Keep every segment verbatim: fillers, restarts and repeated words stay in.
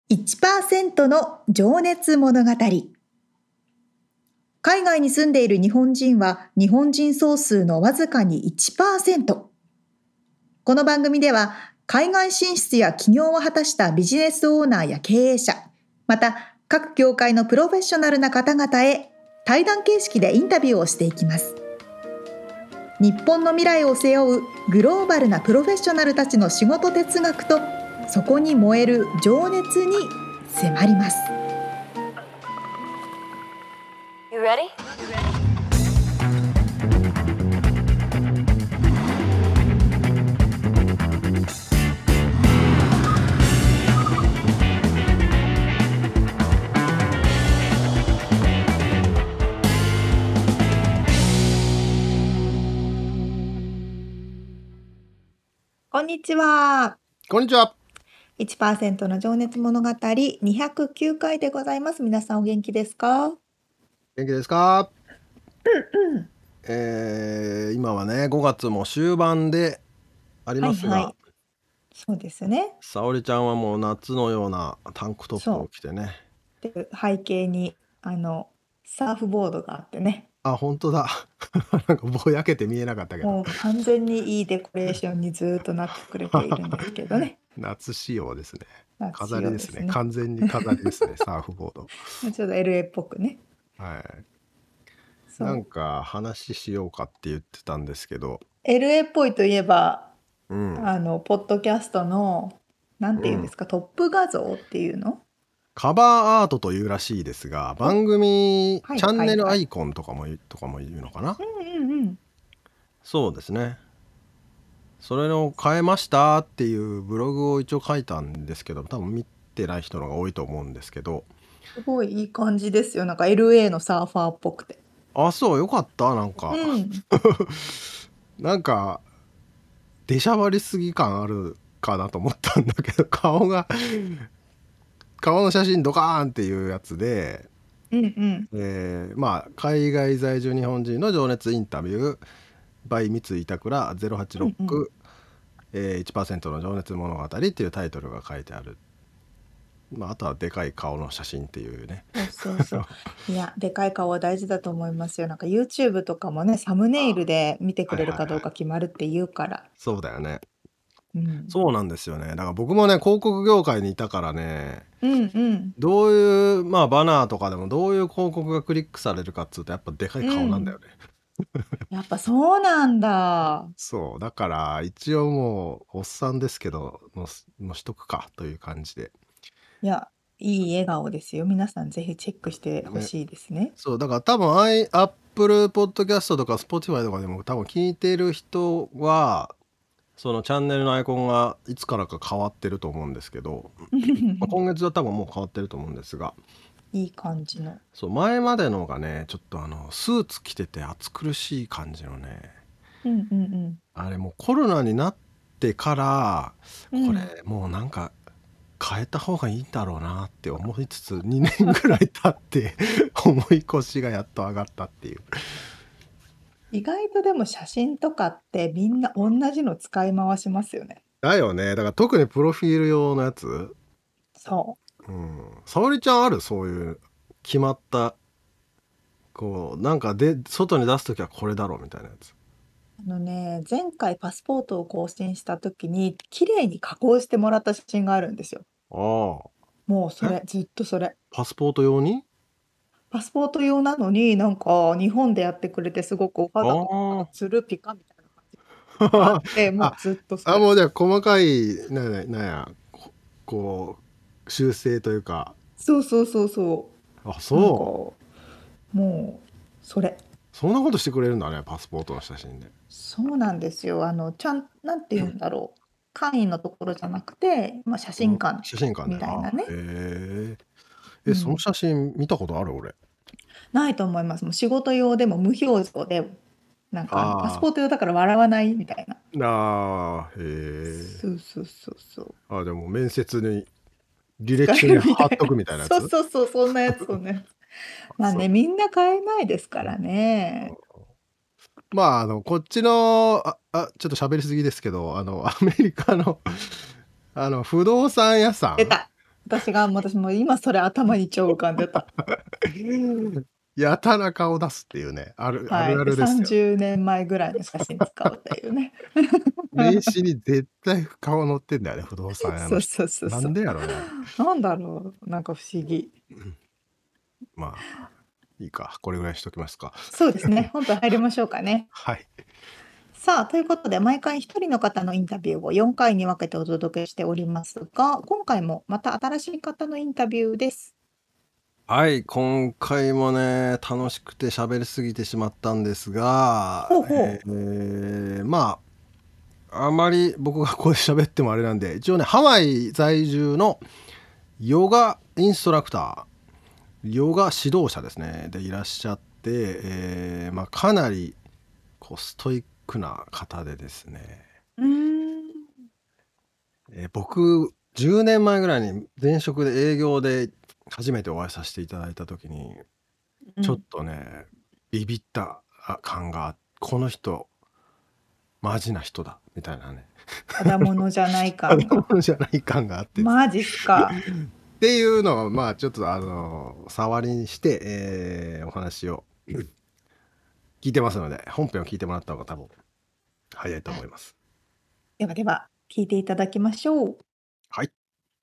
いちパーセント の情熱物語。海外に住んでいる日本人は日本人総数のわずかに いちパーセント。この番組では海外進出や起業を果たしたビジネスオーナーや経営者、また各業界のプロフェッショナルな方々へ対談形式でインタビューをしていきます。日本の未来を背負うグローバルなプロフェッショナルたちの仕事哲学とそこに燃える情熱に迫ります。 You ready? こんにちは。 こんにちは。 いちパーセント の情熱物語にひゃくきゅうかいでございます。皆さんお元気ですか？ 元気ですか？ うんうん。 えー、今はねごがつも終盤でありますが、 はいはい。そうですね。 沙織ちゃんはもう夏のようなタンクトップを着てね。 で、背景にあのサーフボードがあってね。 あ、本当だ。なんかぼやけて見えなかったけど。 もう完全にいいデコレーションにずっとなってくれているんですけどね。 夏仕様ですね。 夏仕飾りですね。 様ですね。 完全に飾りですね。サーフボード。 ちょっと エルエー っぽくね。 はい。 そう。 なんか話しようかって言ってたんですけど、 エルエー っぽいといえば、 うん、 あのポッドキャストのなんていうんうん。 ですか、トップ画像っていうの？ カバーアートというらしいですが、 お、 番組はいチャンネルはいはい。 アイコンとかもとかも言うのかな。 うんうんうん。 そうですね。それを変えましたっていうブログを一応書いたんですけど、多分見てない人の方が多いと思うんですけど、 すごいいい感じですよ。なんか エルエー のサーファーっぽくて。 あ、そうよかった。なんうかん。 なんか出しゃばりすぎ感あるかなと思ったんだけど、顔が顔の写真ドカーンっていうやつで、 うんうん。 えーまあ海外在住日本人の情熱インタビュー by 三井板倉ゼロはちうんうん。 ろく、えー、いちパーセント の情熱物語っていうタイトルが書いてある。まあ、あとはでかい顔の写真っていうね。 そうそうそう。いや、でかい顔は大事だと思いますよ。なんか YouTube とかもね、サムネイルで見てくはいはいはい。 れるかどうか決まるって言うから。 そうだよね。 うん。 そうなんですよね。だから僕もね広告業界にいたからね、 うんうん。 どういうまあバナーとかでもどういう広告がクリックされるかっつうとやっぱでかいう顔なんだよん。 ね。 やっぱそうなんだ。 そうだから一応もうおっさんですけどののしとくかという感じでいや、いい笑顔ですよ。皆さんぜひチェックしてほね。 しいですね。 そうだから多分アイアップルポッドキャストとか Spotify とかでも多分聞いてる人はそのチャンネルのアイコンがいつからか変わってると思うんですけど、まあ今月は多分もう変わってると思うんですが、 いい感じの。 そう前までのがねちょっとあのスーツ着てて暑苦しい感じのね、 うんうんうん。 あれもうコロナになってからこうん。 れもうなんか変えた方がいいんだろうなって思いつつにねんぐらい経って思い腰がやっと上がったっていう。 意外とでも写真とかってみんな同じの使い回しますよね。 だよね。だから特にプロフィール用のやつ、 そうん、沙織ちゃんあるそういう決まったこうなんかで外に出す時はこれだろうみたいなやつ。 う。あのね、前回パスポートを更新した時に綺麗に加工してもらった写真があるんですよ。 あもうそあ。えれ、ずっとそれ。 パスポート用に？ パスポート用なのになんか日本でやってくれてすごくお肌とかがあツルピカみたいな感じがああ。 って、もうあずっとそあ、 れ。 もうじゃあ細かいなんやなんやここう修正というか。 そうそうそうそあ、 う。なんかそうもうそれ。 そんなことしてくれるんだね、パスポートの写真で。 そうなんですよ。あの、ちゃん、なんて言うんだろう。簡易のところじゃなくて、まあ、写うん、 真館写真館みで。あ、 たいなね。 へえ。え、そのうん。 写真見たことある俺。 ないと思います。もう仕事用でも無表情で、なんかあのパスポあート用だから笑わないみたいな。 あ、ああ、へえ。 そうそうそうそう。 あ、でも面接に履使え歴書にるみたいな。 貼っとくみたいなやつ。 そうそうそう、そんなやつ、そんなやつ。まあそう。 ね、みんな買えないですからね。 まあ、あの、こっちの、あ、あ、ちょっと喋りすぎですけど、あの、アメリカの、あの、不動産屋さん、 出た。 私が私も今それ頭に超浮かんでた。 やたら顔出すっていうね、あるあはい。で、 るあるですよ。 さんじゅうねんまえぐらいの写真使うっていうね。 名刺に絶対顔載ってんだよね、不動産屋そうの人。 そうそうそう。 なんでやろうね、あれ。 なんだろう、なんか不思議。 まあ、いいか、これぐらいにしときますか。 そうですね、本編入りましょうかね。 はい。 さあ、ということで、毎回一人の方のインタビューをよんかいに分けてお届けしておりますが、今回もまた新しい方のインタビューです。 はい、今回もね、楽しくて喋りすぎてしまったんですが、 ほうほう。 えーまあ、あまり僕がここで喋ってもあれなんで、一応ね、ハワイ在住のヨガインストラクター、ヨガ指導者ですね、でいらっしゃって、えーまあ、かなりこうストイックな方でですね、 うーん。 えー僕、じゅうねんまえぐらいに前職で営業で初めてお会いさせていただいた時に、ちょっうん。 とね、ビビったあ感が、この人、マジな人だ、みたいなね、 ただものじゃないただ感が。 ものじゃない感があってですね。 マジっすか。 っていうのを、まあ、ちょっとあの、触りにして、えーお話を聞いてますので、本編を聞いてもらった方が多分早いと思います。 ではでは、聞いていただきましょう。 はい。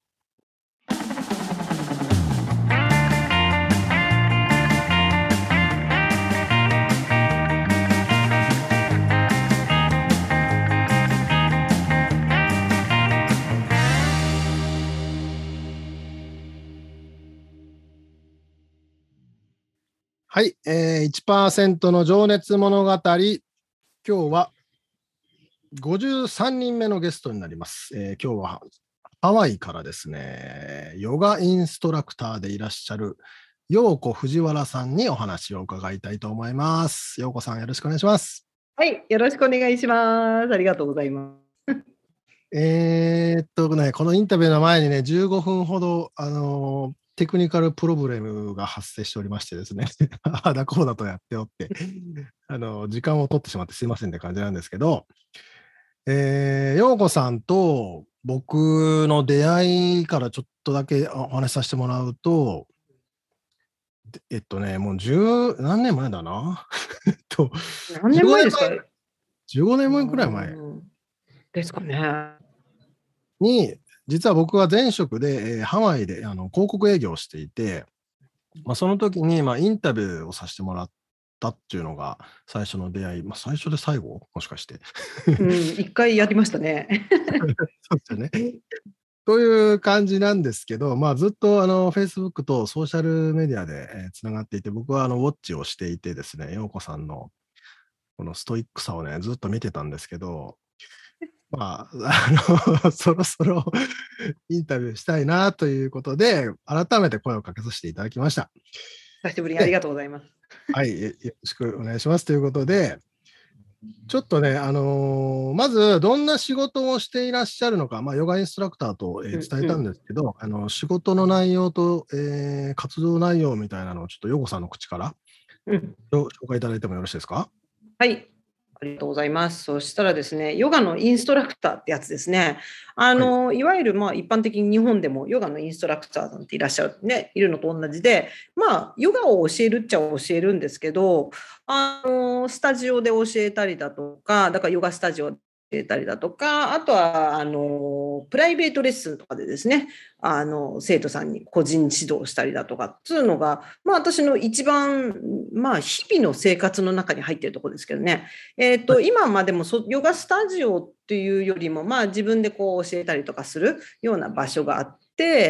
はい、えー、いちパーセント の情熱物語。今日はごじゅうさんにんめのゲストになります。えー今日はハワイからですね、ヨガインストラクターでいらっしゃる陽子藤原さんにお話を伺いたいと思います。陽子さん、よろしくお願いします。 はい、よろしくお願いします。ありがとうございます。 えーっとね、このインタビューの前にね、じゅうごふんほど、あのーテクニカルプロブレムが発生しておりましてですね、ああだこうだとやっておって、あのー時間を取ってしまってすいませんって感じなんですけど、えー、陽子さんと僕の出会いからちょっとだけお話しさせてもらうと、でえっとね、もう十何年前だな。えっと、 何年前ですか？ じゅうごねんまえくらい前うんですかね。 に、実は僕は前職で、えーハワイであの広告営業をしていて、まあ、その時に、まあ、インタビューをさせてもらったっていうのが最初の出会い、まあ、最初で最後もしかして。 うん、一回やりましたね。 そうですよね。という感じなんですけど、まあ、ずっとあの Facebook とソーシャルメディアで、えーつながっていて、僕はあのウォッチをしていてですね、陽子さんのこのストイックさをね、ずっと見てたんですけど、まあ、あのそろそろインタビューしたいなということで、改めて声をかけさせていただきました。 久しぶりにありがとうございます。 はい、よろしくお願いしますということで、ちょっとね、あのーまず、どんな仕事をしていらっしゃるのか、まあ、ヨガインストラクターと、えー伝えたんですけど、あの仕事の内容と、えー活動内容みたいなのを、ちょっとヨコさんの口からうん、 ご紹介いただいてもよろしいですか？ はい。ありがとうございます。そしたらですね、ヨガのインストラクターってやつですね。あはい。 の、いわゆるまあ一般的に日本でもヨガのインストラクターなんていらっしゃるね、いるのと同じで、まあヨガを教えるっちゃ教えるんですけど、あのスタジオで教えたりだとか、だからヨガスタジオで教えたりだとか、あとはあのプライベートレッスンとかでですね、あの生徒さんに個人指導したりだとかっていうのが、まあ私の一番まあ日々の生活の中に入っているところですけどね。えーと、今までもそヨガスタジオっていうよりも、まあ、自分でこう教えたりとかするような場所があって、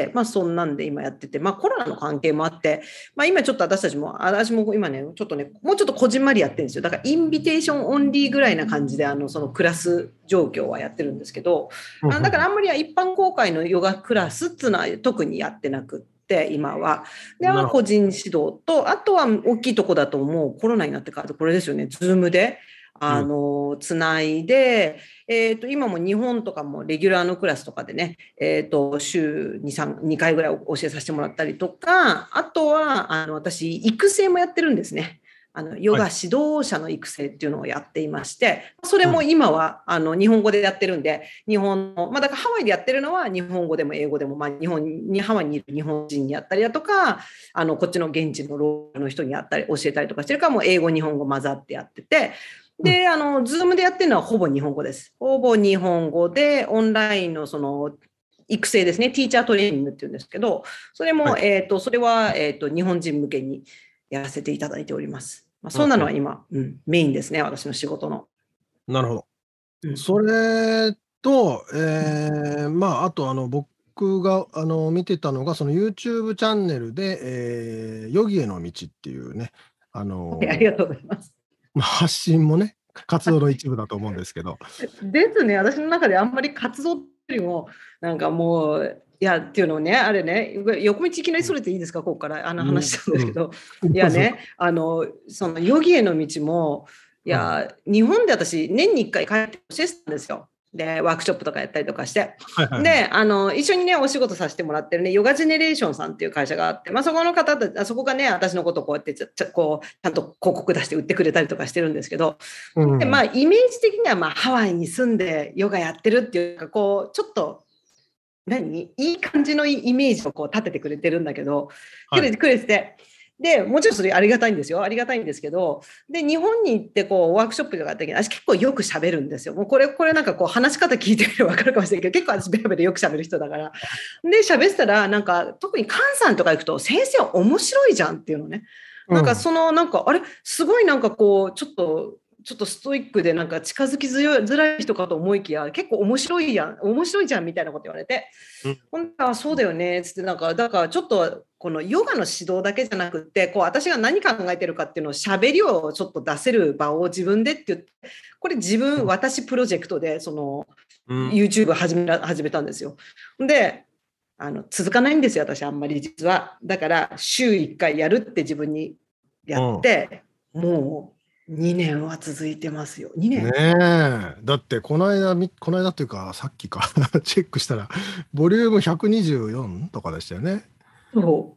まあ、そんなんで今やってて、まあ、コロナの関係もあって、まあ、今ちょっと私たちも私も今ねちょっとねもうちょっとこじんまりやってるんですよ。だからインビテーションオンリーぐらいな感じであのそのクラス状況はやってるんですけど、あだからあんまり一般公開のヨガクラスっていうのは特にやってなくて今は。でなるほ個人指導と、あとは大きいとこだともうコロナになってからこれですよね、ズームであのつないで、えー、と今も日本とかもレギュラーのクラスとかでね、えー、と週 に,さん にかいぐらい教えさせてもらったりとか、あとはあの私育成もやってるんですね。 あのヨガ指導者の育成っていうのをやっていまして、それも今はあの日本語でやってるんで、日本の、まあ、だからハワイでやってるのは日本語でも英語でも、まあ、日本にハワイにいる日本人にやったりだとか、あのこっちの現地のローカルの人にやったり教えたりとかしてるから、もう英語日本語混ざってやってて、で、あの Zoom でやってるのはほぼ日本語です。ほぼ日本語でオンラインのその育成ですね、ティーチャートレーニングっていうんですけど、それも、はい、えーとそれは、えーと日本人向けにやらせていただいております。まあ、そんなのは今、うん、メインですね、私の仕事の。 なるほど。うん、それと、えー、まあ、あとあの僕があの見てたのが、その YouTube チャンネルで、えー、ヨギへの道っていうね、あのー、 ありがとうございます。 発信もね、活動の一部だと思うんですけど。 ですね、私の中であんまり活動よりも、なんかもう、いやっていうのをね、あれね、横道いきなりそれていいですか、ここからあの話したんですけど、うんうん、いやね、あのそのヨギへの道も、いや、うん、日本で私、年にいっかい帰って教えてたんですよ。で、ワークショップとかやったりとかして。はいはいはい、で、あの、一緒にね、お仕事させてもらってるね、ヨガジェネレーションさんっていう会社があって、まあ、そこの方と、そこがね、私のことをこうやってちゃ、ちゃ、こう、ちゃんと広告出して売ってくれたりとかしてるんですけど、うん、で、まあ、イメージ的には、まあ、ハワイに住んでヨガやってるっていうか、こう、ちょっと、何いい感じのイメージをこう立ててくれてるんだけど、はい、クレスで、で、もちろんそれありがたいんですよ。ありがたいんですけど、で、日本に行ってこうワークショップとかやった時に、私結構よく喋るんですよ。もうこれ、これなんかこう話し方聞いてみれば分かるかもしれないけど、結構私ベラベラよく喋る人だから。で、喋ってたら、なんか特にカンさんとか行くと、先生面白いじゃんっていうのね。なんかその、なんか、あれ、すごいなんかこう、ちょっと、ちょっとストイックでなんか近づきづらい人かと思いきや、結構面白いやん、面白いじゃんみたいなこと言われて、うん、ほんとはそうだよねつって、なんかだからちょっとこのヨガの指導だけじゃなくって、こう私が何考えてるかっていうのを喋りをちょっと出せる場を自分でって言って、これ自分、私プロジェクトでその、うん、YouTube 始め始めたんですよ。で、あの続かないんですよ、私あんまり実は。だから週いっかいやるって自分にやって、うん、もうにねんは続いてますよ。にねん。 ねえ。だってこの間、この間というかさっきかチェックしたらボリュームひゃくにじゅうよんとかでしたよね。 そう。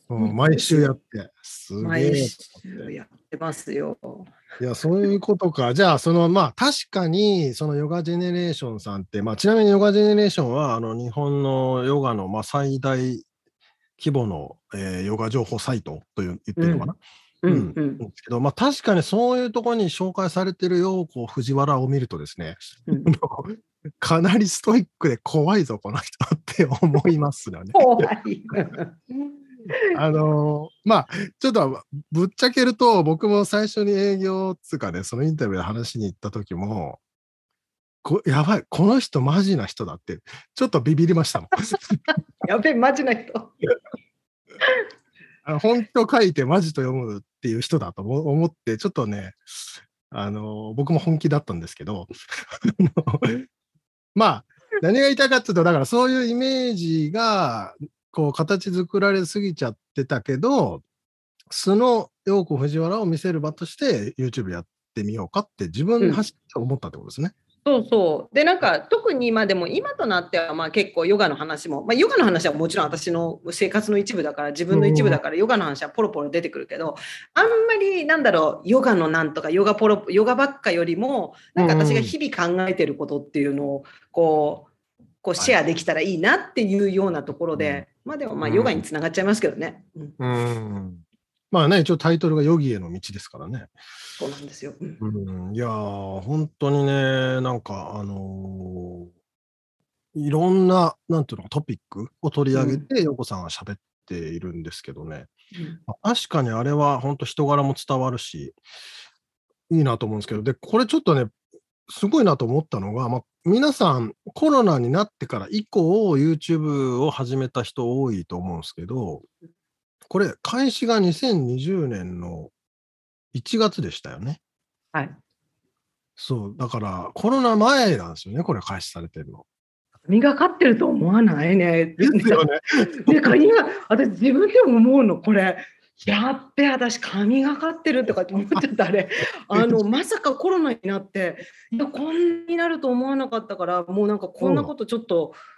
うん、毎週やって。すげえ。 毎週やってますよ。 いや、そういうことか。じゃあ、その、まあ、確かに、そのヨガジェネレーションさんって、まあ、ちなみにヨガジェネレーションは、あの、日本のヨガの、まあ、最大規模の、えー、ヨガ情報サイトと言ってるのかな。うん。うんうん、ですけど、まあ、確かにそういうところに紹介されてるよ、こう、藤原を見るとですね、うん、かなりストイックで怖いぞ、この人って思いますよね。 怖い。 あのー、まあ、ちょっとぶっちゃけると、僕も最初に営業っつうかね、そのインタビューで話しに行った時も、こやばい、この人マジな人だって、ちょっとビビりましたもん。 やべえ、マジな人。 本当書いてマジと読むっていう人だと思って、ちょっとね、あのー、僕も本気だったんですけど、まあ、何が言いたいかっていうと、だからそういうイメージが、こう形作られすぎちゃってたけど、素の陽子藤原を見せる場として YouTube やってみようかって自分で走って思ったってことですね。 うん、そうそう。で、なんか特にまあでも今となってはまあ結構ヨガの話も、まあ、ヨガの話はもちろん私の生活の一部だから、自分の一部だからヨガの話はポロポロ出てくるけど、あんまりなんだろう、ヨガのなんとかヨガポロヨガばっかよりも、なんか私が日々考えてることっていうのをこう、こうシェアできたらいいなっていうようなところで、はい、まあでもまあヨガにつながっちゃいますけどね。 うんうん、まあね、一応タイトルがヨギへの道ですからね。 そうなんですよ。 うん、いやー、本当にね、なんかあのー、いろんな、なんていうのトピックを取り上げて、陽子さんが喋っているんですけどね、うんまあ、確かにあれは本当人柄も伝わるし、いいなと思うんですけど、で、これちょっとね、すごいなと思ったのが、まあ、皆さんコロナになってから以降 YouTube を始めた人多いと思うんですけど、これ開始がにせんにじゅうねんのいちがつでしたよね。 はい。 そう、だからコロナ前なんですよね、これ開始されてるの。 神がかってると思わないね。 ですよね。 で、神が、私自分でも思うの、これ。やっべ、私神がかってるとかって思っちゃったあれあのまさかコロナになっていやこんなになると思わなかったからもうなんかこんなことちょっと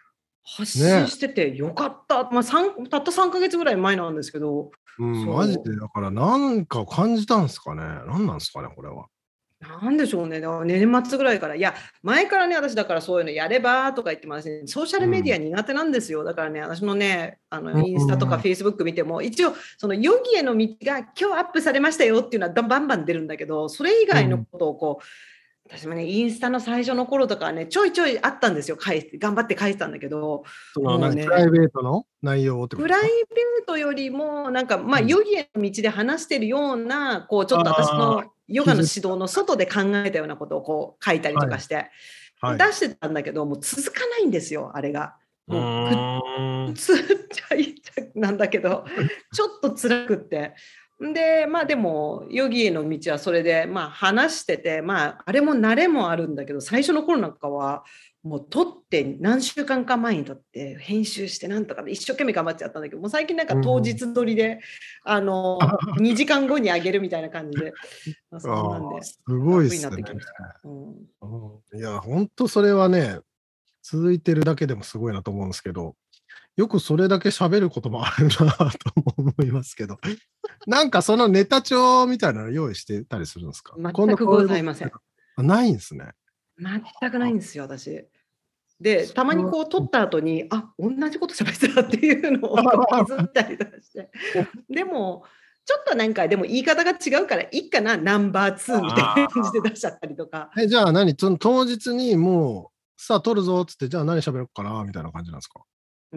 発信しててよかった、まあ、さんたったさんかげつぐらい前なんですけど、 うん、 そうマジで、だからなんかを感じたんですかね。なんなんですかね、これは。 なんでしょうね、だから年末ぐらいから、いや、前からね、私だからそういうのやればとか言ってますね、ソーシャルメディア苦手なんですよ。だからね、私のね、あのうんインスタとかフェイスブック見ても、一応、そのヨギへの道が今日アップされましたよっていうのはバンバン出るんだけど、それ以外のことをこう、私もね、インスタの最初の頃とかはね、ちょいちょいあったんですよ、書いて頑張って書いてたんだけど、 そのもうね、 プライベートの内容ってことですか。 プライベートよりも、なんか、まあ、 うんヨギへの道で話してるような、こう、ちょっと私のヨガの指導の外で考えたようなことをこう書いたりとかして、 はい、 出してたんだけど、もう続かないんですよ、あれが。もう、普通っちゃいっちゃなんだけど、ちょっと辛くって。で、まあでも、ヨギへの道はそれで、まあ話してて、まあ、あれも慣れもあるんだけど、最初の頃なんかは、もう撮って何週間か前に撮って編集してなんとかで一生懸命頑張っちゃったんだけど、もう最近なんか当日撮りで、うん、あのにじかんごにあげるみたいな感じで、まあ、そんなんですごいっすね。うん、いや本当それはね続いてるだけでもすごいなと思うんですけど、よくそれだけ喋ることもあるなと思いますけど、なんかそのネタ帳みたいなの用意してたりするんですか？ 全くございません。 ないんですね。 全くないんですよ、私。で、たまにこう撮った後に、あ、同じこと喋ってたっていうのを気づいたりとかして。でも、ちょっとなんか、でも言い方が違うからいいかな、ナンバーツーみたいな感じで出しちゃったりとか。 え、じゃあ何、その当日にもう、さあ撮るぞっつって、じゃあ何喋ろうかなみたいな感じなんですか？ うん、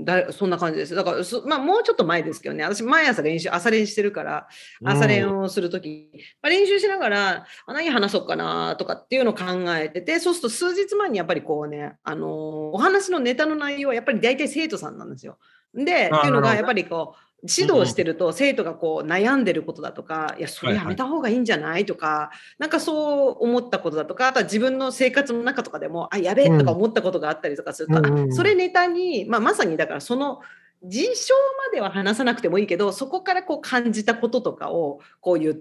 だそんな感じです。だからそ、まあ、もうちょっと前ですけどね、私、毎朝練習、朝練してるから、朝練をするとき、まあ、練習しながら、あ何話そうかなとかっていうのを考えてて、そうすると数日前にやっぱりこうね、あのー、お話のネタの内容はやっぱり大体生徒さんなんですよ。で、っていうのがやっぱりこう、指導してると生徒がこう悩んでることだとか、いや、それやめた方がいいんじゃないとか、なんかそう思ったことだとか、あとは自分の生活の中とかでも、あ、やべえとか思ったことがあったりとかすると、あ、それネタに、まあ、まさにだからその事象までは話さなくてもいいけど、そこからこう感じたこととかをこう言って、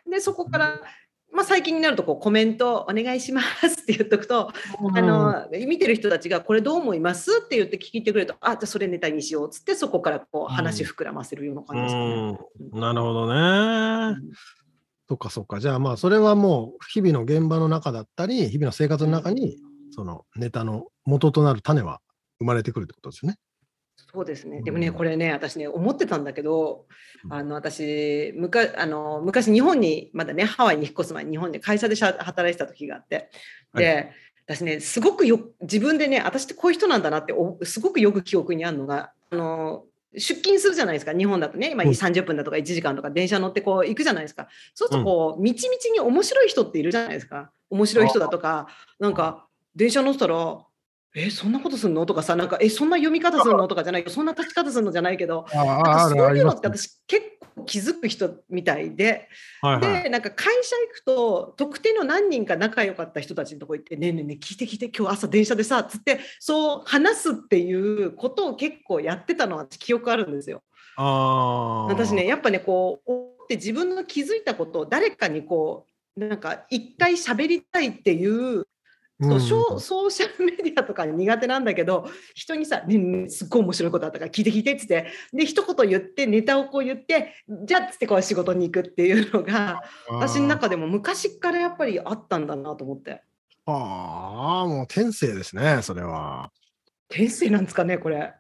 で、そこから、まあ、最近になるとこうコメントお願いしますって言っとくと、あの見てる人たちがこれどう思いますって言って聞いてくれると、あ、じゃあそれネタにしようっつって、そこからこう話膨らませるような感じですかね。 うん、なるほどね。うん、そっかそっか。じゃあまあそれはもう日々の現場の中だったり、日々の生活の中にそのネタの元となる種は生まれてくるってことですよね。 そうですね。でもね、これね、私ね、思ってたんだけど、あの私むかあの昔日本にまだね、ハワイに引っ越す前に日本で会社で働いてた時があって、で、はい、私ね、すごくよ自分でね、私ってこういう人なんだなっておすごくよく記憶にあるのが、あの出勤するじゃないですか、日本だとね、今さんじゅっぷんだとかいちじかんとか電車乗ってこう行くじゃないですか。そうするとこう、みちみちに面白い人っているじゃないですか。面白い人だとか、なんか電車乗ったら、え、そんなことするのとかさ、なんか、え、そんな読み方するのとかじゃないけど、そんな立ち方するのじゃないけど、なんかそういうのって私結構気づく人みたいで、はいはい、で、なんか会社行くと、特定の何人か仲良かった人たちのとこ行って、ねえねえねえ、聞いて聞いて、今日朝電車でさ、つって、そう話すっていうことを結構やってたのは記憶あるんですよ。あ私ね、やっぱね、こう、って自分の気づいたことを誰かにこう、なんか一回喋りたいっていう、そう、ソーシャルメディアとか苦手なんだけど、人にさ、ねねすっごい面白いことあったから聞いて聞いてっつって、で、一言言って、ネタをこう言って、じゃあっつってこう仕事に行くっていうのが、私の中でも昔からやっぱりあったんだなと思って。 ああ、もう天性ですね、それは。 天性なんですかね、これ。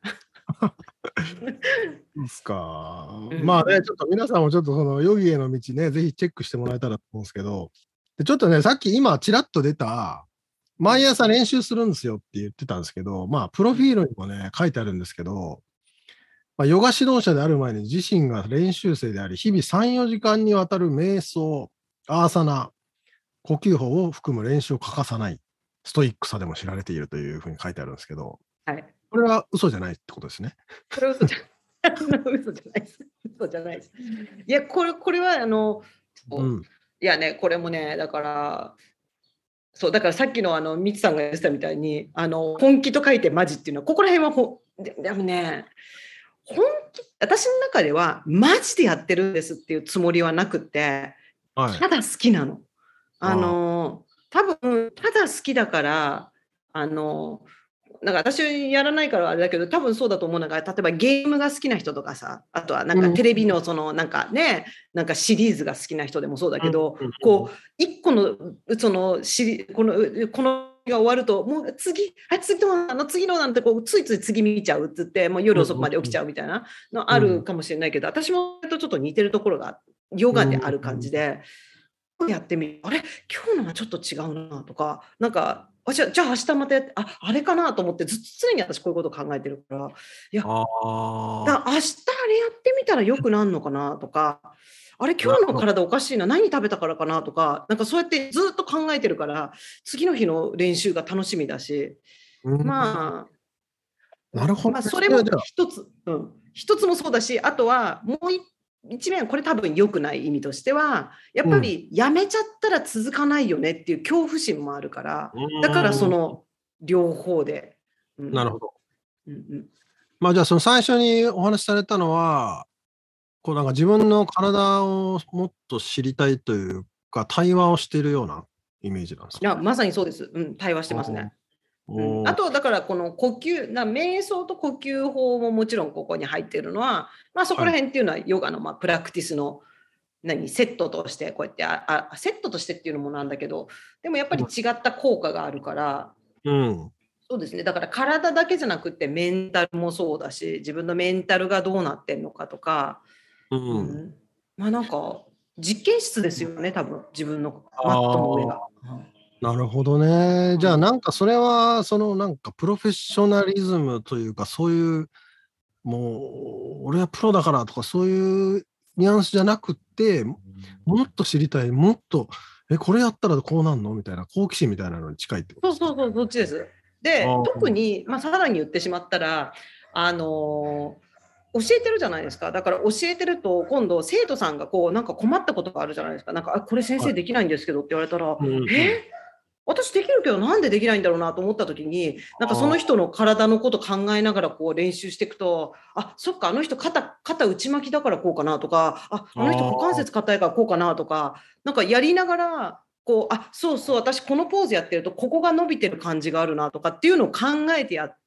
ですか。うん、まあね、ちょっと皆さんもちょっとそのヨギへの道ね、ぜひチェックしてもらえたらと思うんですけど、でちょっとね、さっき今ちらっと出た、毎朝練習するんですよって言ってたんですけど、まあ、プロフィールにもね、書いてあるんですけど、まあ、ヨガ指導者である前に自身が練習生であり、日々さん、よじかんにわたる瞑想、アーサナ、呼吸法を含む練習を欠かさない、ストイックさでも知られているというふうに書いてあるんですけど、 はい、 これは嘘じゃないってことですね。 これは嘘じゃ嘘じゃないです。嘘じゃないです。いや、これ、これは、あの、うん、いやね、これもね、だから、そうだからさっきのあのミツさんが言ってたみたいに、あの本気と書いてマジっていうのはここら辺はほででもね、本気私の中ではマジでやってるんですっていうつもりはなくって、はい、ただ好きなの。あの多分ただ好きだからあのなんか私やらないからあれだけど、多分そうだと思うのが、例えばゲームが好きな人とかさ、あとはなんかテレビのそのなんかね、なんかシリーズが好きな人でもそうだけど、こう一個のそのシリこのこのが終わるともう次あ次のあの次のなんてこうついつい次見ちゃうっつってもう夜遅くまで起きちゃうみたいなのあるかもしれないけど、私もとちょっと似てるところがヨガである感じで、やってみるあれ今日のはちょっと違うなとか、なんかあじゃあじゃあ明日またやってああれかなと思ってず常に私こういうことを考えてるから、いやあだ明日あれやってみたらよくなるのかなとか、あれ今日の体おかしいな何食べたからかなとか、なんかそうやってずっと考えてるから次の日の練習が楽しみだし、 うんまあなるほど、 まあそれも一つ、うん、一つもそうだし、あとはもう一一面これ多分良くない意味としてはやっぱりやめちゃったら続かないよねっていう恐怖心もあるから、だからその両方で、 うん、なるほど、 うんうん、 まあじゃあその最初にお話しされたのはこうなんか自分の体をもっと知りたいというか対話をしているようなイメージなんですか。 いやまさにそうです、うん、対話してますね。うん、あとだからこの呼吸な瞑想と呼吸法ももちろんここに入っているのは、まあ、そこら辺っていうのはヨガのまあプラクティスの何セットとしてこうやってああセットとしてっていうのもなんだけど、でもやっぱり違った効果があるから、 うん、 そうですね、だから体だけじゃなくてメンタルもそうだし、自分のメンタルがどうなってんのかとか、 うんうん、まあなんか実験室ですよね多分自分のマットの上が。 なるほどね。じゃあなんかそれはそのなんかプロフェッショナリズムというかそういうもう俺はプロだからとかそういうニュアンスじゃなくてもっと知りたいもっとえこれやったらこうなんのみたいな好奇心みたいなのに近いってことですか。 そうそうそうそっちです。で特に、まあ、さらに言ってしまったらあのー教えてるじゃないですか。だから教えてると今度生徒さんがこうなんか困ったことがあるじゃないですか。なんかあこれ先生できないんですけどって言われたら、はい、え私できるけどなんでできないんだろうなと思った時に、なんかその人の体のこと考えながらこう練習していくと、あそっかあの人 肩, 肩内巻きだからこうかなとか、ああの人股関節硬いからこうかなとか、なんかやりながらこうあそうそう私このポーズやってるとここが伸びてる感じがあるなとかっていうのを考えてやって、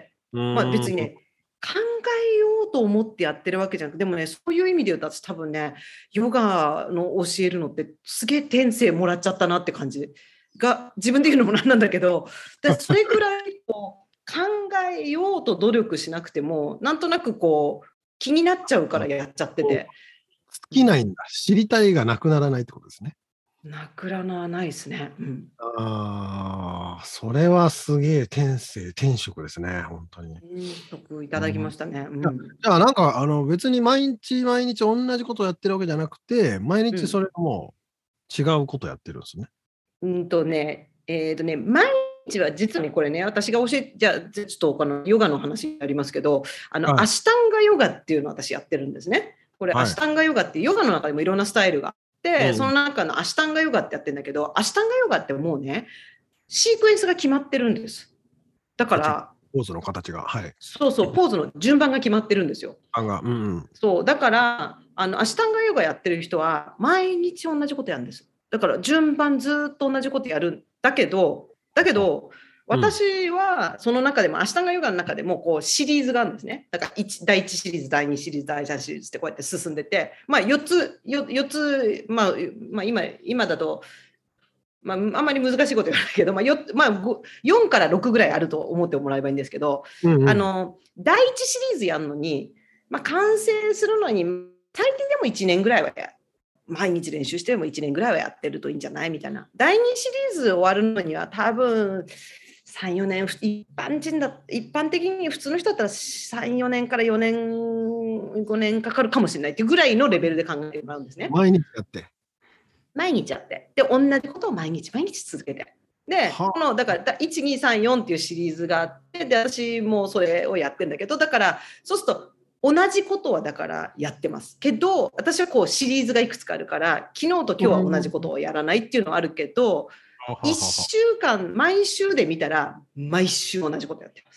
まあ、別にね考えようと思ってやってるわけじゃなくて、でもねそういう意味で言うと私多分ねヨガの教えるのってすげえ天性もらっちゃったなって感じが自分で言うのもなんなんだけど、だそれぐらいこう考えようと努力しなくてもなんとなくこう気になっちゃうからやっちゃってて、 好きないんだ、知りたいがなくならないってことですね。 なくならないですね、うん、 ああそれはすげえ天性天職ですね本当に。 得いただきましたね、うん、 じゃあなんかあの別に毎日毎日同じことをやってるわけじゃなくて毎日それも違うことをやってるんですね。 うんとね、えーとね、毎日は実はね、これね、私が教え、じゃあ、ちょっとこのヨガの話になりますけど、あの、はい、アシタンガヨガっていうのを私やってるんですね。これ、はい、アシタンガヨガってヨガの中でもいろんなスタイルがあって、うん、その中のアシタンガヨガってやってるんだけど、アシタンガヨガってもうね、シークエンスが決まってるんです。だから、 ポーズの形が、はい。 そうそう、ポーズの順番が決まってるんですよ。 うんうん、 そうだからあのアシタンガヨガやってる人は毎日同じことやるんです。だから順番ずっと同じことやるんだけどだけど私はその中でもアシタンガヨガの中でもこうシリーズがあるんですね。だからだいいちシリーズだいにシリーズだいさんシリーズってこうやって進んでて、まあ、よっつ 4, 4つ、まあまあ、今, 今だと、まあ、あんまり難しいこと言わないけど、まあ 4, まあ、よんからろくぐらいあると思ってもらえばいいんですけど、うんうん、あのだいいちシリーズやるのに、まあ、完成するのに最低でもいちねんぐらいはや毎日練習してもいちねんぐらいはやってるといいんじゃないみたいな。だいにシリーズ終わるのには多分さん、よねん、一般人だ一般的に普通の人だったらさん、よねんからよねん、ごねんかかるかもしれないっていうぐらいのレベルで考えてもらうんですね。 毎日やって毎日やってで同じことを毎日毎日続けてでこのだからいちにさんよんっていうシリーズがあってで私もそれをやってるんだけど、だからそうすると同じことはだからやってますけど、私はこうシリーズがいくつかあるから昨日と今日は同じことをやらないっていうのはあるけど、いっしゅうかん毎週で見たら毎週同じことやってます。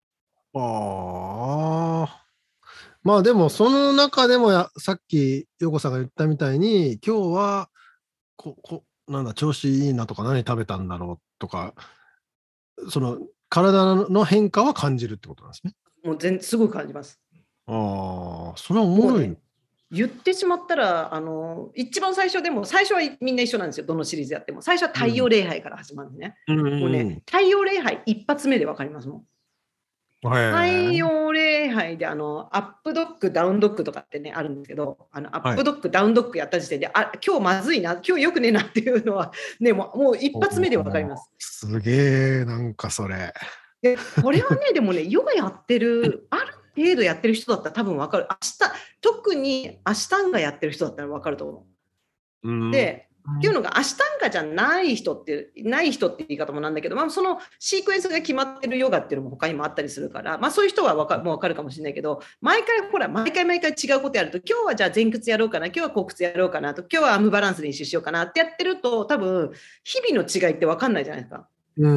ああまあでもその中でもやさっき陽子さんが言ったみたいに今日はここなんだ調子いいなとか何食べたんだろうとかその体の変化は感じるってことなんですね。 もう全すごい感じます。 ああ、それはおもろい。 もうね、言ってしまったら、あの一番最初でも、最初はみんな一緒なんですよ、どのシリーズやっても。最初は太陽礼拝から始まるんですね。 うんうんうん、 もうね、太陽礼拝一発目で分かりますもん。太陽礼拝であのアップドッグダウンドッグとかってねあるんですけど、あのアップドッグ、はい、ダウンドッグやった時点で、あ、今日まずいな、今日よくねえなっていうのはね、もう、もう一発目で分かります。 すげえ、なんかそれ。 でこれはねでもね、ヨガやってるある程度やってる人だったら多分分かる。明日特にアシュタンガやってる人だったら分かると思う。うん、でっていうのがアシュタンガじゃない人ってない人って言い方もなんだけど、まあ、そのシークエンスが決まってるヨガっていうのも他にもあったりするから、まあ、そういう人は分かもう分かるかもしれないけど、毎回ほら毎回毎回違うことやると、今日はじゃあ前屈やろうかな、今日は後屈やろうかなと、今日はアームバランス練習しようかなってやってると、多分日々の違いって分かんないじゃないですか。うん、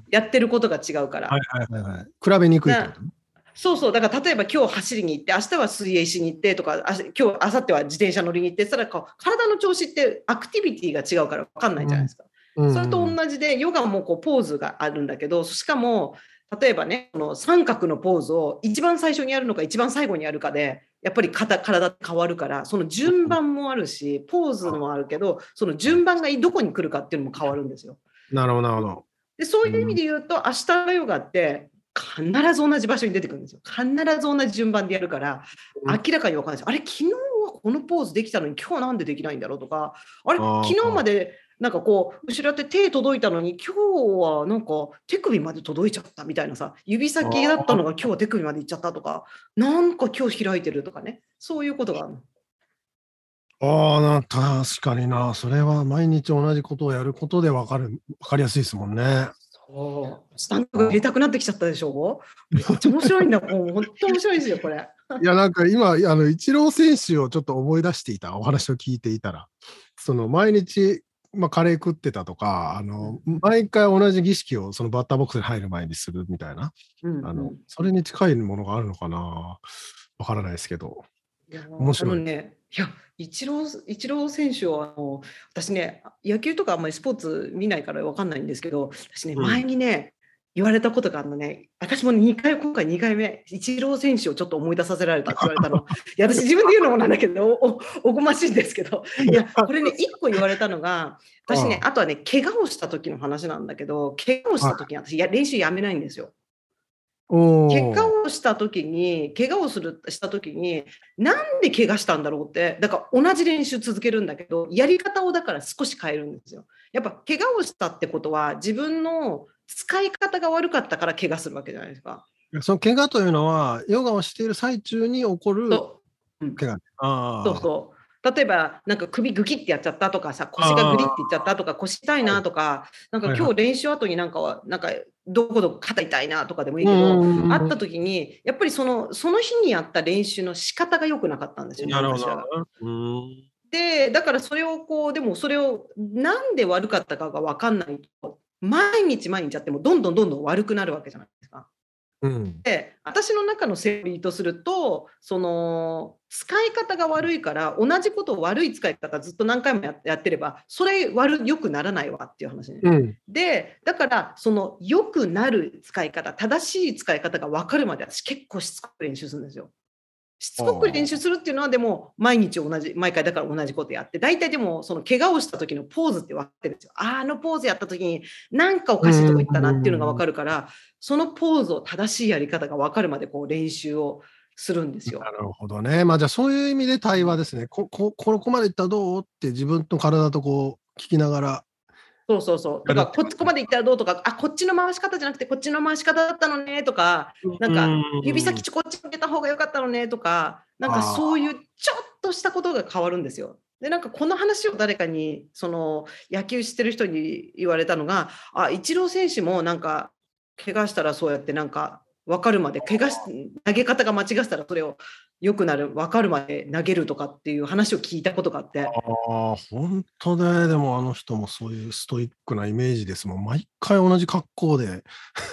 やってることが違うから、はいはいはいはい、比べにくいってことね。 そうそう、だから例えば今日走りに行って、明日は水泳しに行ってとか、あ今日明後日は自転車乗りに行って、それは体の調子ってアクティビティが違うから分かんないじゃないですか。うんうん、それと同じでヨガもこうポーズがあるんだけど、しかも例えばね、この三角のポーズを一番最初にやるのか一番最後にやるかでやっぱり体変わるから、その順番もあるしポーズもあるけど、その順番がどこに来るかっていうのも変わるんですよ。 なるほどなるほど。 でそういう意味で言うと、明日のヨガって必ず同じ場所に出てくるんですよ。必ず同じ順番でやるから明らかに分かんないです。あれ、昨日はこのポーズできたのに今日なんでできないんだろうとか、あれ昨日までなんかこう後ろって手届いたのに今日はなんか手首まで届いちゃったみたいなさ、指先だったのが今日は手首までいっちゃったとか、なんか今日開いてるとかね、そういうことがあるの。 ああ、な、確かにな。それは毎日同じことをやることで分かる、分かりやすいですもんね。 そう、スタンプが入れたくなってきちゃったでしょ。めっちゃ面白いんだ。もう本当面白いですよ、これ。 いや、なんか今、あの、イチロー選手をちょっと思い出していた、お話を聞いていたら、その毎日、まあ、カレー食ってたとか、あの、毎回同じ儀式をそのバッターボックスに入る前にするみたいな、うんうん、あの、それに近いものがあるのかな、わからないですけど。 いや面白い。あのね、いや、イチロー、イチロー選手はあの私ね、野球とかあんまりスポーツ見ないから分かんないんですけど、私ね、前にね、うん、言われたことがあるのね、私もにかい、今回にかいめ、イチロー選手をちょっと思い出させられたって言われたの。いや、私自分で言うのもなんだけど、お、おこましいんですけど、いや、これね、いっこ言われたのが、私ね、あとはね、怪我をした時の話なんだけど、怪我をした時に私、や練習やめないんですよ。怪我をした時に怪我をするした時になんで怪我したんだろうって、だから同じ練習続けるんだけど、やり方をだから少し変えるんですよ。やっぱ怪我をしたってことは自分の使い方が悪かったから怪我するわけじゃないですか。 その怪我というのはヨガをしている最中に起こる怪我。 あ、そうそう。例えばなんか首グキってやっちゃったとかさ、腰がグリっていっちゃったとか、腰痛いなとか、なんか今日練習後になんかはなんかどこどこ肩痛いなとかでもいいけど、会った時にやっぱりそのその日にやった練習の仕方が良くなかったんですよね。 なるほど。 でだからそれをこうでもそれをなんで悪かったかが分かんないと、毎日毎日やってもどんどんどんどん悪くなるわけじゃないですか。うん、で私の中のセオリーとすると、その使い方が悪いから同じことを悪い使い方ずっと何回も や, やってればそれ悪良くならないわっていう話ね、うん、でだからその良くなる使い方、正しい使い方が分かるまで私結構しつこく練習するんですよ。しつこく練習するっていうのはでも毎日同じ毎回だから同じことやって、大体でもその怪我をした時のポーズって分かってるんですよ。あ, あのポーズやった時になんかおかしいとこ行ったなっていうのが分かるから、そのポーズを正しいやり方が分かるまでこう練習をするんですよ。 なるほどね。まあじゃあそういう意味で対話ですね。ここここまでいったらどうって自分の体とこう聞きながら。 そうそうそう。だからこっちこまで行ったらどうとか、あ、こっちの回し方じゃなくてこっちの回し方だったのねとか、なんか指先こっち向けた方が良かったのねとか、なんかそういうちょっとしたことが変わるんですよ。でなんかこの話を誰かにその野球してる人に言われたのが、あ、イチロー選手もなんか怪我したらそうやってなんか分かるまで、怪我し投げ方が間違ったらそれを良くなる分かるまで投げるとかっていう話を聞いたことがあって。 ああ、本当ね。でもあの人もそういうストイックなイメージですもん。毎回同じ格好で、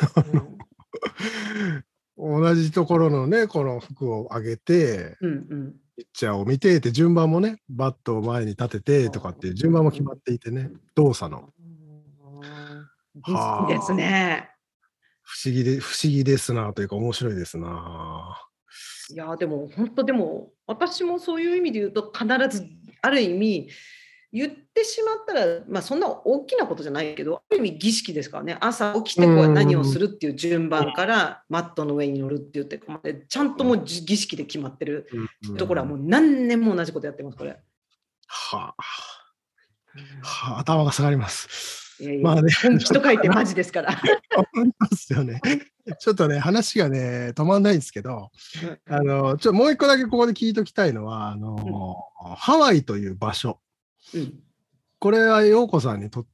うん、同じところのねこの服を上げて、うんうん、ピッチャーを見てって順番もね、バットを前に立ててとかっていう順番も決まっていてね、動作の。 いいですね。 不思議で、不思議ですなというか面白いですな。 いやでも本当でも私もそういう意味で言うと必ずある意味言ってしまったら、まあ、そんな大きなことじゃないけど、ある意味儀式ですからね。朝起きてこう何をするっていう順番からマットの上に乗るって言って、ちゃんともう儀式で決まってるところはもう何年も同じことやってます、これ。 はあ、はあ、頭が下がります。 いやいやまあね、本気と書いてマジですから。 本当ですよね。ちょっとね、話がね、止まんないんですけど、うん、あの、ちょ、もう一個だけここで聞いときたいのは、あの、うん、ハワイという場所。うん、これは陽子さんにとって、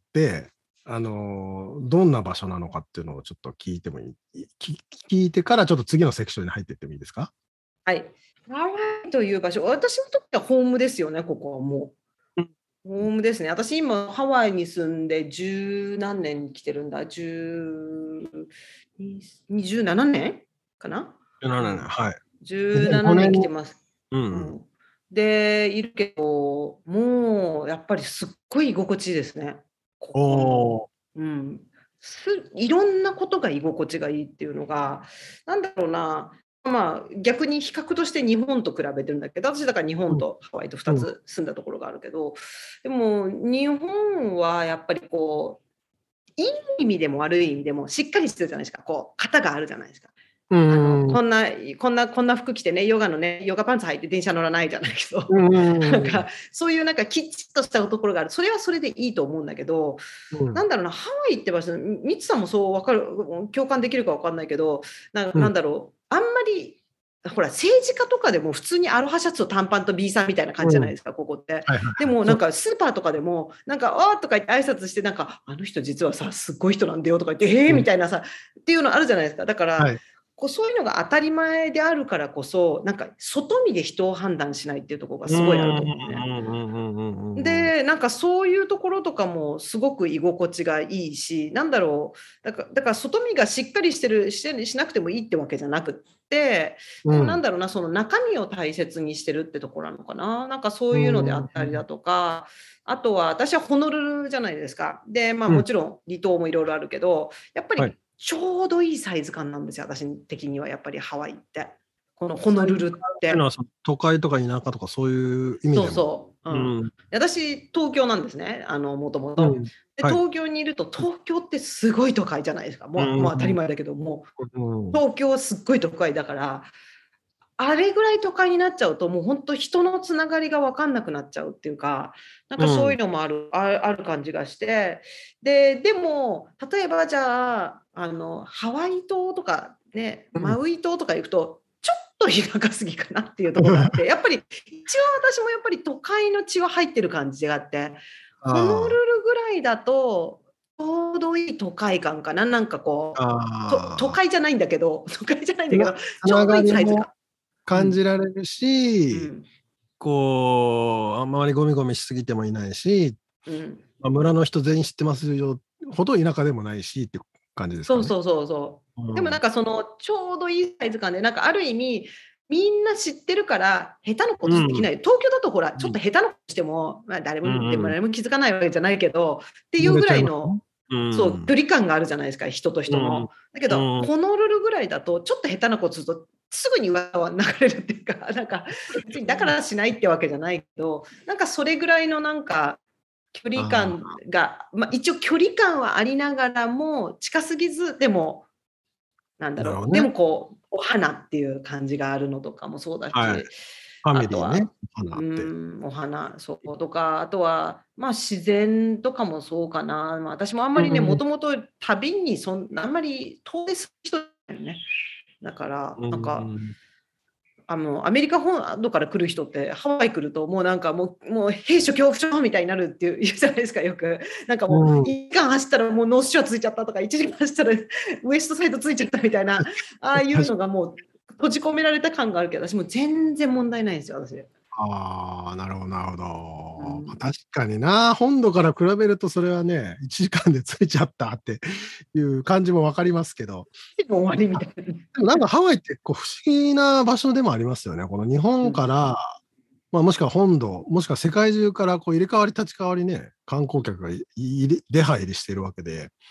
あの、どんな場所なのかっていうのをちょっと聞いてもいい、聞いてからちょっと次のセクションに入っていってもいいですか？ はい。ハワイという場所、私にとってはホームですよね、ここはもう。ホームですね。私今ハワイに住んで十何年に来てるんだ。十、にじゅうななねんかな？ じゅうななねん、はい。 じゅうななねん来てます。 うんうん、 で、いるけど、もうやっぱりすっごい居心地いいですね。ここうん、すいろんなことが居心地がいいっていうのが、なんだろうな、まあ、逆に比較として日本と比べてるんだけど、私だから日本とハワイとふたつ住んだところがあるけど、でも日本はやっぱりこういい意味でも悪い意味でもしっかりしてるじゃないですか。こう型があるじゃないですか。あのこんなこんなこんな服着てね、ヨガのね、ヨガパンツ履いて電車乗らないじゃないけど、なんかそういうなんかきちっとしたところがある。それはそれでいいと思うんだけど、うん、なんだろうな、ハワイって場所、ミツさんもそう分かる、共感できるか分かんないけど、な、なんだろう、あんまりほら政治家とかでも普通にアロハシャツと短パンと B さんみたいな感じじゃないですか、うん、ここって。はいはい、でもなんかスーパーとかでもなんかあーとか言って挨拶してなんかあの人実はさすっごい人なんだよとか言ってえーみたいなさ、うん、っていうのあるじゃないですか。だから、はい、こうそういうのが当たり前であるからこそなんか外見で人を判断しないっていうところがすごいあると思うね。でなんかそういうところとかもすごく居心地がいいし、なんだろう、だからだから外見がしっかりしてるし、しなくてもいいってわけじゃなくってでもなんだろうな、その中身を大切にしてるってところなのかな。なんかそういうのであったりだとか、あとは私はホノルルじゃないですか。でまあもちろん離島もいろいろあるけど、やっぱりちょうどいいサイズ感なんですよ、私的には。やっぱりハワイってこのホノルルって都会とか田舎とかそういう意味でも。 そうそう、うんうん、私東京なんですね、あのもともと。で東京にいると東京ってすごい都会じゃないですか。もう、うん、もう当たり前だけども、うん、東京はすっごい都会だからあれぐらい都会になっちゃうともう本当人のつながりが分かんなくなっちゃうっていうか、なんかそういうのもある、うん、ある感じがして、ででも例えばじゃあ、あのハワイ島とかね、マウイ島とか行くとちょっと田舎すぎかなっていうところがあってやっぱり一応私もやっぱり都会の血は入ってる感じがあって、ホノルルぐらいだとちょうどいい都会感かな。なんかこうと都会じゃないんだけど都会じゃないんだけどちょうどいいサイズ感感じられるし、うん、こうあんまりゴミゴミしすぎてもいないし、うんまあ、村の人全員知ってますよほど田舎でもないしって感じですかね。 そうそうそうそう、うん、でもなんかそのちょうどいいサイズ感でなんかある意味みんな知ってるから下手なことできない、うん、東京だとほらちょっと下手なことしても、まあ、誰も、うん、でも誰も気づかないわけじゃないけどっていうぐらいの、うん、そう距離感があるじゃないですか、人と人の、うん、だけど、うん、ホノルルぐらいだとちょっと下手なことするとすぐに噂は流れるっていうか、なんか別にだからしないってわけじゃないけど、なんかそれぐらいのなんか距離感が、まあ、一応距離感はありながらも近すぎず、でもなんだろう、ね、でもこうお花っていう感じがあるのとかもそうだし、はい、 ファミリーね、 あとはうんお花そうとか、あとはまあ自然とかもそうかな。まあ、私もあんまりね、もともと旅にそんあんまり遠出する人だよね。だからなんか、うん、あのアメリカ本土から来る人ってハワイ来るともうなんかもうもう兵所恐怖症みたいになるっていう言うじゃないですか、よく。なんかもういっかん走ったらもうノースショアついちゃったとか、いちじかん走ったらウエストサイドついちゃったみたいな、ああいうのがもう閉じ込められた感があるけど、私も全然問題ないんですよ、私。 ああ、なるほど、なるほど。うん、確かにな、本土から比べるとそれはね、いちじかんで着いちゃったっていう感じも分かりますけど。 終わりみたいな。 でもなんかハワイってこう不思議な場所でもありますよね。この日本から、うんまあ、もしくは本土、もしくは世界中からこう入れ替わり立ち替わりね、観光客が出入りしているわけで、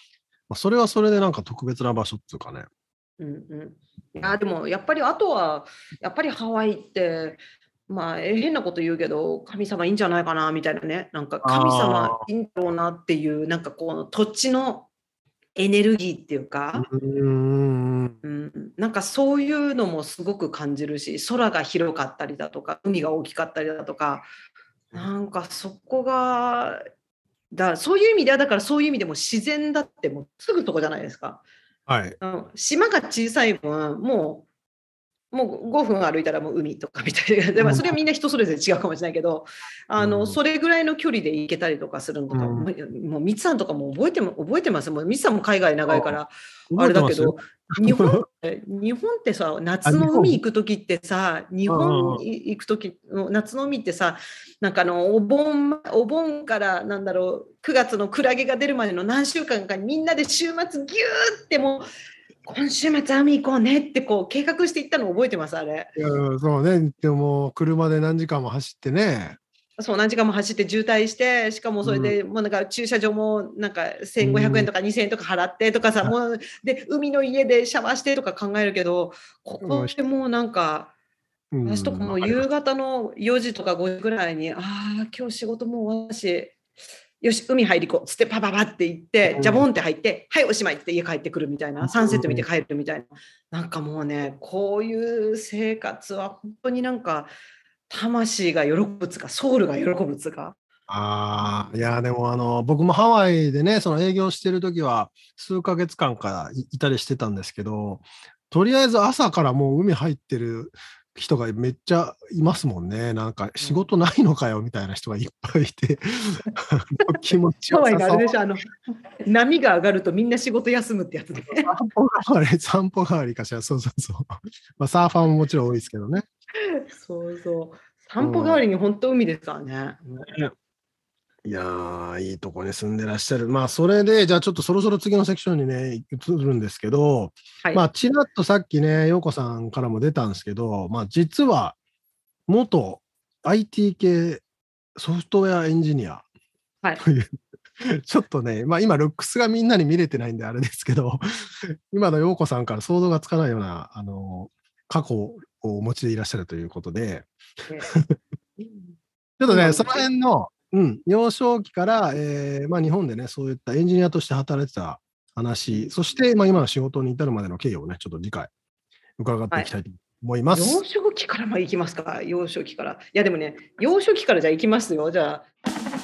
まあ、それはそれでなんか特別な場所っていうかね。 うんうん、いやでもやっぱりあとはやっぱりハワイってまあ変なこと言うけど神様いいんじゃないかなみたいなね、なんか神様いいんだろうなっていうなんかこの土地のエネルギーっていうか、 うーん。 うん、なんかそういうのもすごく感じるし、空が広かったりだとか海が大きかったりだとか、なんかそこがだそういう意味ではだからそういう意味でも自然だってもうすぐそこじゃないですか。 はい。 うん、島が小さい分もうもうごふん歩いたらもう海とかみたいな、でもそれはみんな人それぞれ違うかもしれないけど、あのうん。 それぐらいの距離で行けたりとかするのとか、 うん。 もうもうミツさんとかも覚えても覚えてます。もうミツさんも海外長いかあ、 らあ覚えてますよ。 れだけど、日本って日本ってさ、 あ、 夏の日本？ 海行く時ってさ、日うんうん本うん。 に行く時の夏の海ってさ、なんかあのお盆お盆からなんだろう、くがつのクラゲが出るまでの何週間かにみんなで週末ギューってもう今週末海行こうねってこう計画していったの覚えてます？あれ。 いや、そうね。でも車で何時間も走ってね。 そう、何時間も走って渋滞して、しかもそれうん。 でもうなんか駐車場もなんかうせんごひゃくえんん。 とかにせんえんとか払ってとかさ、 はい。 もうで海の家でシャワーしてとか考えるけど、こもうひこでもうなんかう私とかん、 もう夕わかります。 方のよじとかごじぐらいに、ああ、今日仕事もう終わったし、よし、海入り行こうっつってパパパって行って、ジャうん。 ボンって入って、はい、おしまいって家帰ってくるみたいな、サンセット見てうん。 帰るみたいな。なんかもうね、こういう生活は本当になんか魂が喜ぶつか、ソウルが喜ぶつか。 ああ、いや、でもあの、僕もハワイでね、その営業してる時は、数ヶ月間かいいたりしてたんですけど、とりあえず朝からもう海入ってる人がめっちゃいますもんね。なんかうん。 仕事ないのかよみたいな人がいっぱいいて、あの、気持ちハワイよさそう。 のあれでしょ、あの、波が上がるとみんな仕事休むってやつね。 散歩代わり散歩代わりかしら、そうそうそう。ま、サーファーももちろん多いですけどね。 そうそう。散歩代うん。 わりに本当海ですからね。 ね。いや、いいとこに住んでらっしゃる。まあ、それで、じゃあちょっとそろそろ次のセクションにね、移るんですけど、 はい。 まあ、ちらっとさっきね、陽子さんからも出たんですけど、まあ、実は元 アイティー 系ソフトウェアエンジニアはい。 という、ちょっとね、まあ、今ルックスがみんなに見れてないんであれですけど、今の陽子さんから想像がつかないような、あの、過去をお持ちでいらっしゃるということで、 ね、 ちょっとね、そのそうなんですよ。 辺の、うん、幼少期から、ええ、まあ、日本でね、そういったエンジニアとして働いてた話、 うん。 そして、まあ、今の仕事に至るまでの経緯をね、ちょっと次回伺ってはい。 いきたいと思いま幼す。 少期からま、行きますか？幼少期から。いやでもね、幼少期からじゃあ行きますよ、じゃあ。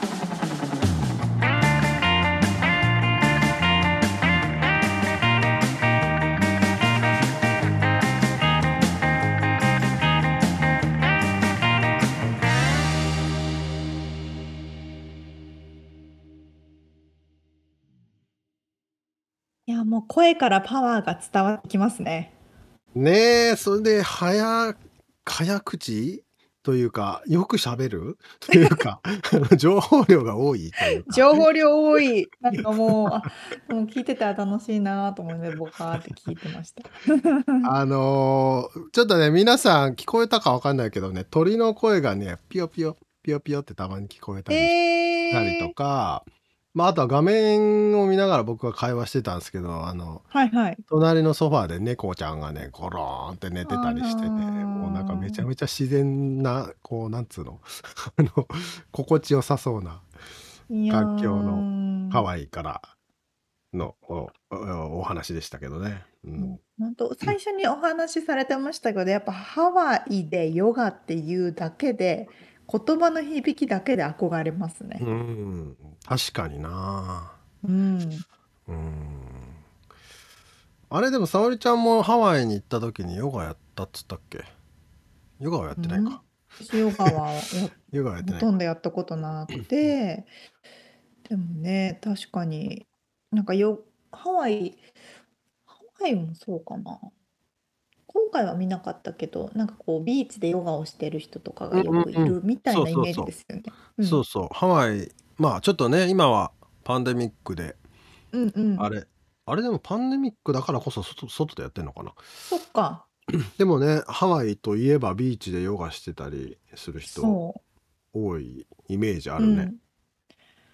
いや、もう声からパワーが伝わってきますね。 ねえ、それで、はや早口というか、よく喋るというか、情報量が多いというか。 情報量多い。なんかもう、あ、もう聞いてたら楽しいなと思いね、ぼかーって聞いてました。 あの、ちょっとね、皆さん聞こえたかわかんないけどね、鳥の声がね、ピヨピヨ、ピヨピヨってたまに聞こえたりしたりとええ。 か、まあ、あとは画面を見ながら僕は会話してたんですけど、あの、 はいはい。 隣のソファーで猫ちゃんがね、ゴローンって寝てたありしてて、もうなんかめちゃら。 めちゃ自然な、こう、なんつうの、あの、心地よさそうないや、 環境のハワイからのおおお話でしたけどね。ううん、 ん。 ほんと、最初にお話しされてましたけど、やっぱハワイでヨガっていうだけで、言葉の響きだけで憧れますうね。 ん、確かにな。 うん。 うん。あれでも沙織ちゃんもハワイに行った時にヨガやったっつったっけ？ヨガはやっうん、 てないか。 私ヨガはやヨガはやってないか。 ほとんどやったことなくて、でもね、確かに、なんかよハワイハワイもそうかな。今回は見なかったけど、なんかこうビーチでヨガをしてる人とかがうんよくいうんうん。 るみたいなイメージそうそうそう。 ですよね。うん。 そうそう。ハワイ、まあちょっとね、今はパンデミックで、 うんうん。 あれ、あれでもパンデミックだからこそ外外でやってんのかな。 そっか。 でもね、ハワイといえばビーチでヨガしてたりする人そ多いイメージあう。うるね。 ん。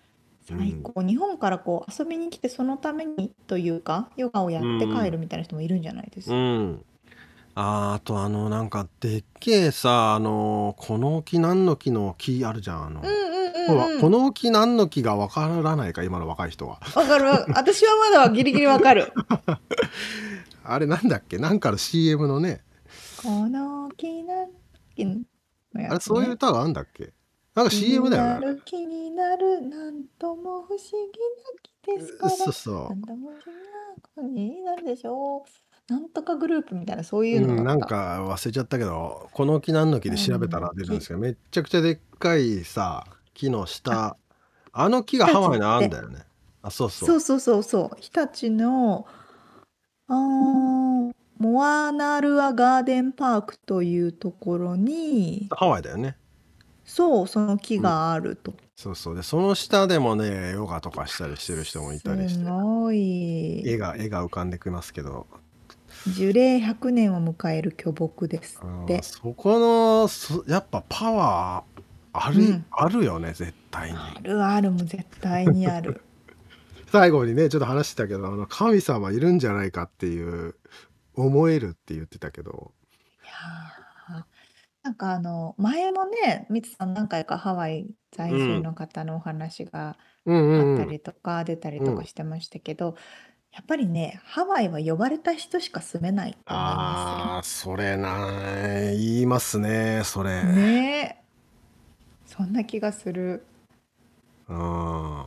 最高。日本からこう遊びに来てそのためにというかヨガをやって帰るみたいな人もいるんじゃないですうか。 ん。ああとあのなんかでっけえさあのこの木何の木の木あるじゃんあの、 うんうんほらうんうん。 この木何の木がわからないか今の若い人は。 わかるわ。私はまだはギリギリわかる。 あれなんだっけなんかの シーエム のねこの木なん木のあやつれそういうね。 歌があるんだっけなんか気シーエムにだよねあれ。 なる気になるなんとも不思議な木ですから。 そうそなんとも不思議な子になるでしょう。なんとかグループみたいなそうう。 いうのうん、なんだった。 か忘れちゃったけどこの木何の木で調べたら出るんですけどめっちゃくちゃでっかいさ木のあ、 下あの木が日ハワイに立って。 あるんだよね。あそうそそうそうそうそう。日立のあーモアナルアガーデンパークというところにうハワイだよね。 そうその木うんがあると。 そうそうでその下でもねヨガとかしたりしてる人もいたりしすてご絵い。 が絵が浮かんできますけど樹齢ひゃくねんを迎える巨木ですあーって。 そこのそやっぱパワーある、 うん。 あるよね絶対に。 あるあるもう絶対にある。 最後にねちょっと話してたけどあの神様いるんじゃないかっていう思えるって言ってたけどいやーなんかあの前もねミツさん何回かハワイ在住の方のお話がうんうあっんうんたりとか出たりとかうんしてましたけど、やっぱりねハワイは呼ばれた人しか住めないと思いますよ。 あーそれな言いますねそれ。 ねえそんな気がする。 うん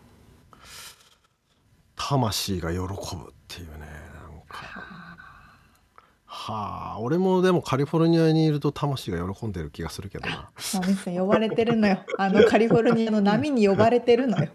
魂が喜ぶっていうねなんかははあ俺もでもカリフォルニアにいると魂が喜んでる気がするけどな。 あもうミツさん呼ばれてるのよ。あのカリフォルニアの波に呼ばれてるのよ。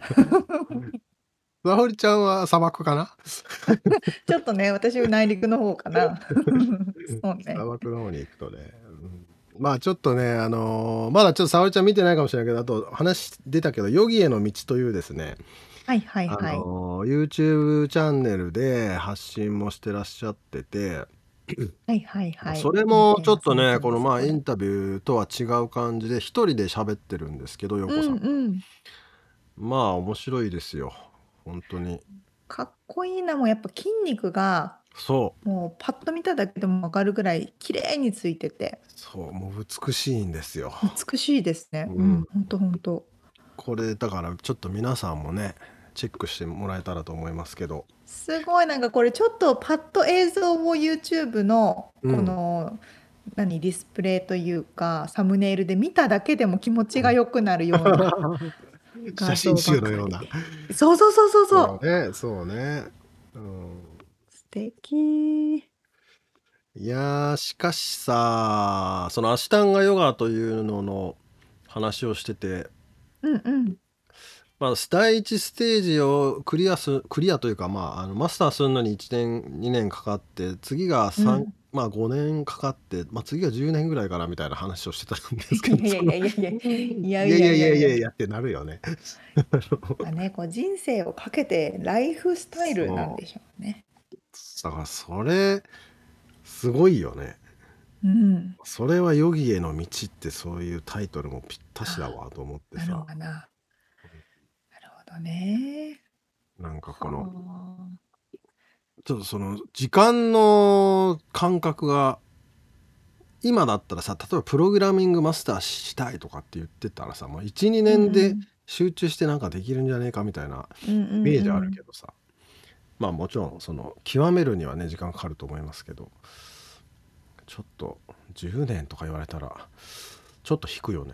沙織ちゃんは砂漠かなちょっとね私内陸の方かな。そうね。 砂漠の方に行くとね、うん、まあちょっとねあのーまだちょっと沙織ちゃん見てないかもしれないけどあと話出たけどヨギへの道というですねはいはいあはい。 のー YouTube チャンネルで発信もしてらっしゃっててはいはいはい。 それもちょっと見てますねこのまあ見てますインタビューとは違う感じで一人で喋ってるんですけどヨこれ。 コさん、 うんうん。 まあ面白いですよ本当に。 かっこいいなもうやっぱ筋肉がそうもうパッと見ただけでもわかるぐらい綺麗についててそうもう美しいんですよ。 美しいですね。 ううんん、ほんとほんと。 これだからちょっと皆さんもねチェックしてもらえたらと思いますけど、 すごいなんかこれちょっとパッと映像を YouTube のこうん、 の、何ディスプレイというかサムネイルで見ただけでも気持ちが良くなるような画写真像ばかり集のような。 で。そうそうそうそうそそうねそうね、うん、 う。素敵。 いやーしかしさそのアシュタンガヨガというのの話をしてて、 うんうんまあ、第一ステージをクリアすクリアというか、まあ、あのマスターするのにいちねんにねんかかって次がうさん、 ん。 まあ、ごねんかかって、まあ、次がじゅうねんぐらいかなみたいな話をしてたんですいけどやいやいやいやいやいやいやいやいやいやいやいやいやいやってなるよね。 まあね、こう人生をかけてライフスタイルなんそでしょうね。 うだからそれすごいよね。 うん。 それはヨギへの道ってそういうタイトルもぴったしだあわと思ってなるさほどな。なるほどね。 なんかこのはちょっとその時間の感覚が今だったらさ例えばプログラミングマスターしたいとかって言ってたらさもういちにあ。うねんでん集中してなんかできるんじゃねえかみたいなうんうんうんイメージあうん。 るけどさ、まあもちろんその極めるにはね時間かかると思いますけどちょっとじゅうねんとか言われたらちょっと引くよね。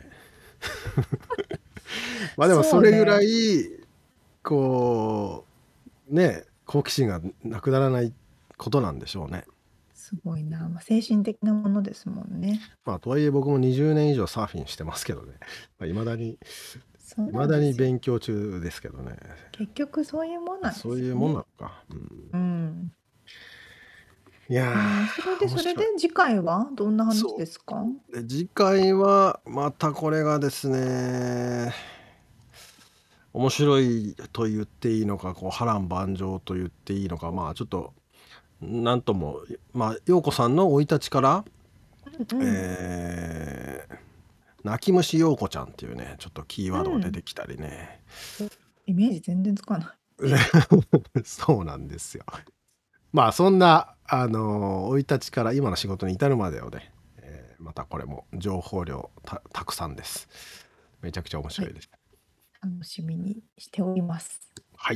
まあでもそそうれぐらね。 いこうね好奇心がなくならないことなんでしょうね。 すごいな。まあ、精神的なものですもんね。 まあとはいえ僕もにじゅうねん以上サーフィンしてますけどねいまだにそういまだになんですよ。 勉強中ですけどね。 結局そういうもんなんでそういうもんなすよね。 のか、うん、 うん。 いやえー、それーでそれ面白い。 で次回はどんな話そですか？ うで次回はまたこれがですね面白いと言っていいのかこう波乱万丈と言っていいのかまあちょっとなんともまあ陽子さんの生い立ちから、 うんうんえー泣き虫陽子ちゃんっていうねちょっとキーワードが出うん。 てきたりねイメージ全然つかない。 そうなんですよ。まあそんなあの生い立ちから今の仕事に至るまでをね、えーまたこれも情報量 た, たくさんです。めちゃくちゃ面白いです。 楽しみにしております。 はい。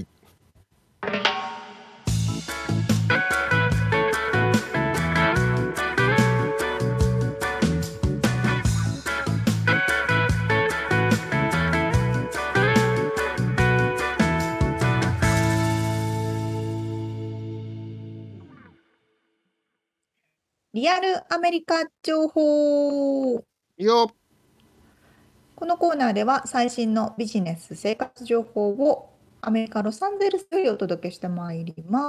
リアルアメリカ情報。 よっ。 このコーナーでは最新のビジネス生活情報をアメリカ・ロサンゼルスよりお届けしてまいります。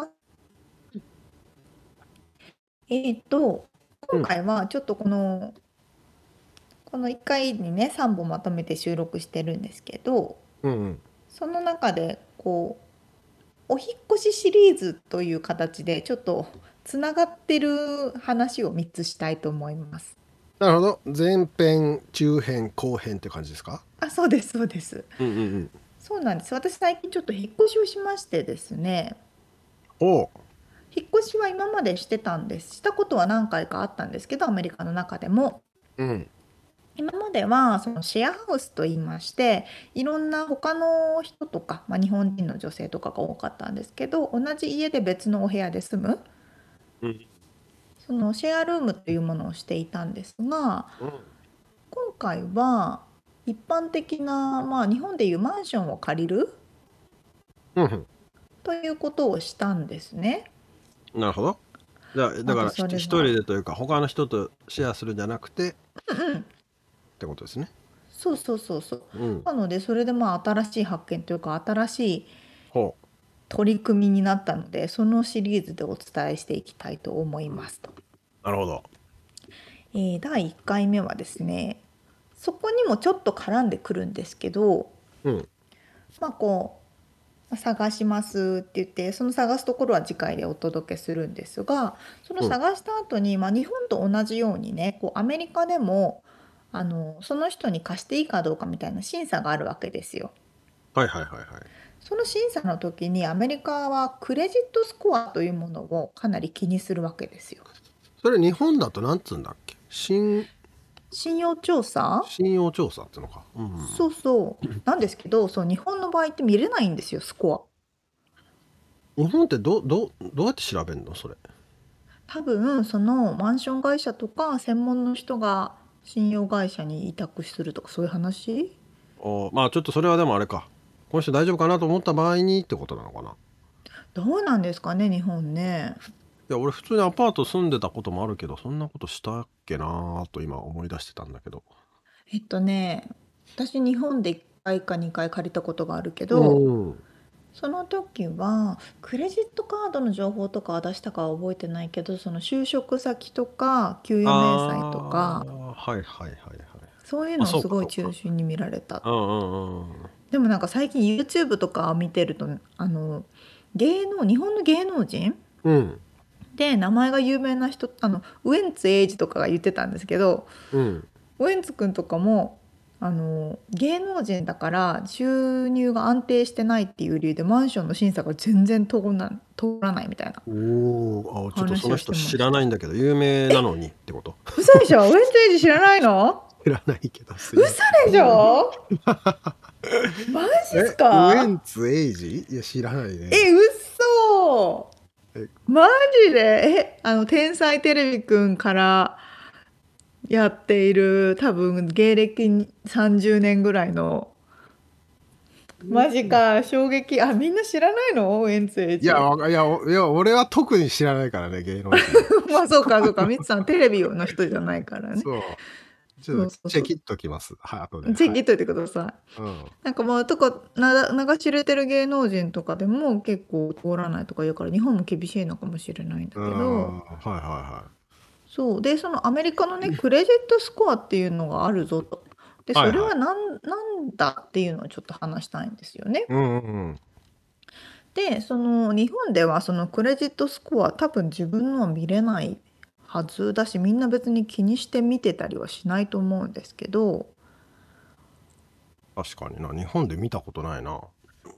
えっと今回はちょっとこの、このいっかいにねさんぼんまとめて収録してるんですけど、 うんうん。 その中でこうお引っ越しシリーズという形でちょっとつながってる話をみっつしたいと思います。 なるほど。前編、中編、後編って感じですか？ あ、そうですそうです。 うんうんうん。 そうなんです。私最近ちょっと引っ越しをしましてですね。 おう。 引っ越しは今までしてたんです。したことは何回かあったんですけど、アメリカの中でも。 うん。 今まではそのシェアハウスと言いまして、いろんな他の人とか、まあ、日本人の女性とかが多かったんですけど、同じ家で別のお部屋で住む、 うん。 そのシェアルームというものをしていたんですが、 うん。 今回は一般的な、まあ、日本でいうマンションを借りるうんうん。 ということをしたんですね。 なるほど。じゃあだからひ一まずそれが、 人でというか他の人とシェアするんじゃなくてっうんうん、 てことですね。 そうそうそうそう。 うん。 なのでそれでまあ新しい発見というか新しいほ取り組みになったので、そのシリーズでお伝えしていきたいと思いますと。 う。なるほど。 えーだいいっかいめはですね、そこにもちょっと絡んでくるんですけど、 うん。 まあこう探しますって言って、その探すところは次回でお届けするんですが、そのうん。 探した後に、まあ、日本と同じようにね、こうアメリカでもあのその人に貸していいかどうかみたいな審査があるわけですよ。 はいはいはいはい。 その審査の時にアメリカはクレジットスコアというものをかなり気にするわけですよ。 それ日本だとなんつうんだっけ？信信用調査。 信用調査っていうのか。うんうん。 そうそうなんですけど、そう日本の場合って見れないんですよ、スコア。 日本ってどどどうやって調べるのそれ？ 多分そのマンション会社とか専門の人が信用会社に委託するとかそういう話。 おまあちょっとそれはでもあれか。この人大丈夫かなと思った場合にってことなのかな。 どうなんですかね日本ね。 いや俺普通にアパート住んでたこともあるけどそんなことしたっけなーと今思い出してたんだけど。 えっとね私日本でいっかいかにかい借りたことがあるけど、 うん。 その時はクレジットカードの情報とかは出したかは覚えてないけど、その就職先とか給与明細とあかあはいはいはいはい。 そういうあのをすごいそうかそうか。 中心に見られた。 うんうんうん。 でもなんか最近 YouTube とかを見てると、あの芸能日本の芸能人うん。 で名前が有名な人、あのウエンツ瑛士とかが言ってたんですけど、 うん。 ウエンツ君とかもあの芸能人だから収入が安定してないっていう理由でマンションの審査が全然通らない、通らないみたいなおお、あちょっとそ話をしの人知てました。 らないんだけど有名なのにってこと？ 嘘でしょ、ウエンツ瑛士知らないの？ 知らないけどすいま嘘せん。 でしょ、マジっすえ、ウエか？ ンツエイジ？いや知らないね。 え、嘘。 え、 マジで？え、あの天才テレビくんからやっている多分芸歴さんじゅうねんぐらいの、マジか衝撃。あ、みんな知らないのウエンツ瑛いや、 士。 わいや、おいや、俺は特に知らないからね、芸能人。 まあそうかそうか、ミツさんテレビの人じゃないからね。 そう。ちょっとそうそうそチェキっときます。はい、後で。 う。ぜはい。 ひといてください。 うん。 なんかまあとかな流し入れてる芸能人とかでも結構通らないとか言うから、日本も厳しいのかもしれないんだうけど、 ん。はいはいはそうでそのアメリカのねクレジットスコアっていうのがあるぞと。でい。はいはい。 それは何、なんだっていうのをちょっと話したいんですよね。 うんうんうん。 でその日本ではそのクレジットスコア多分自分のは見れないはずだし、みんな別に気にして見てたりはしないと思うんですけど、 確かにな、日本で見たことないな。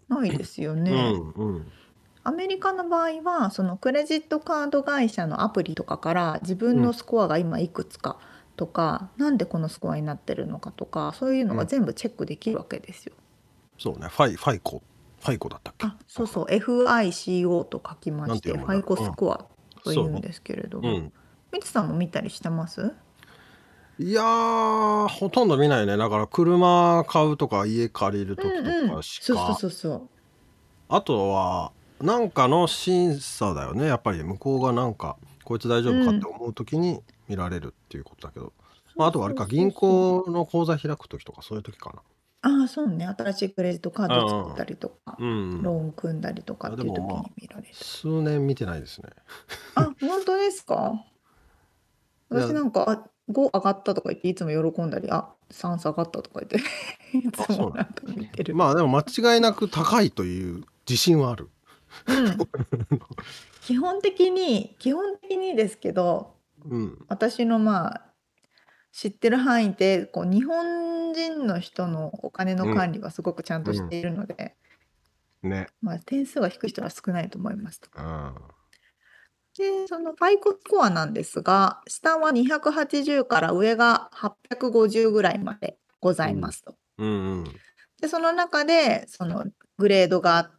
ないですようね。 んうんアメリカの場合はそのクレジットカード会社のアプリとかから自分のうんスコアが今いくつかとか、なんでこのスコアになってるのかとか、そういうのがうん全部チェックできるわけですよ。 そうね、ファイファイコファイコだったっけ？ あ、そうそう、エフアイシーオー と書きまなんしてて、ファイ読むんだろう。 コスコアとそうね。 いうんですけれども、 うん。 みつさんも見たりしてます？ いやー、ほとんど見ないね。だから車買うとか家借りるう時とんうん。 かしそうそうか。 そうそう。 あとはなんかの審査だよね。やっぱり向こうがなんかこいつ大丈夫かってうん。 思う時に見られるっていうことだけど、まあ、 そうあとはあれか、 そうそう銀そう。 行の口座開く時とかそういう時かああ、そうね。新しいクレジットカーな。 ドうん作ったりとか、 うんうん。 ローン組んだりとかあっていう時でもまあに見られる。 数年見てないですね。 あ、本当ですか？ いや、 私なんか、あ、ご上がったとか言っていつも喜んだり、あ、さん下がったとか言っていあ、 つそうなもなんか見てる。 まあでも間違いなく高いという自信はある。 うん。基本的に基本的にですけど、 うん私のまあ知ってる範囲でこう日本人の人のお金のうん管理はすごくちゃんとしうんているので、 ね。 まあ、点数が低い人は少ないと思いますと。 うんで、そのファイコスコアなんですが、下はにひゃくはちじゅうから上がはっぴゃくごじゅうぐらいまでござうんいますと。 うんうんで、その中でそのグレードがあって、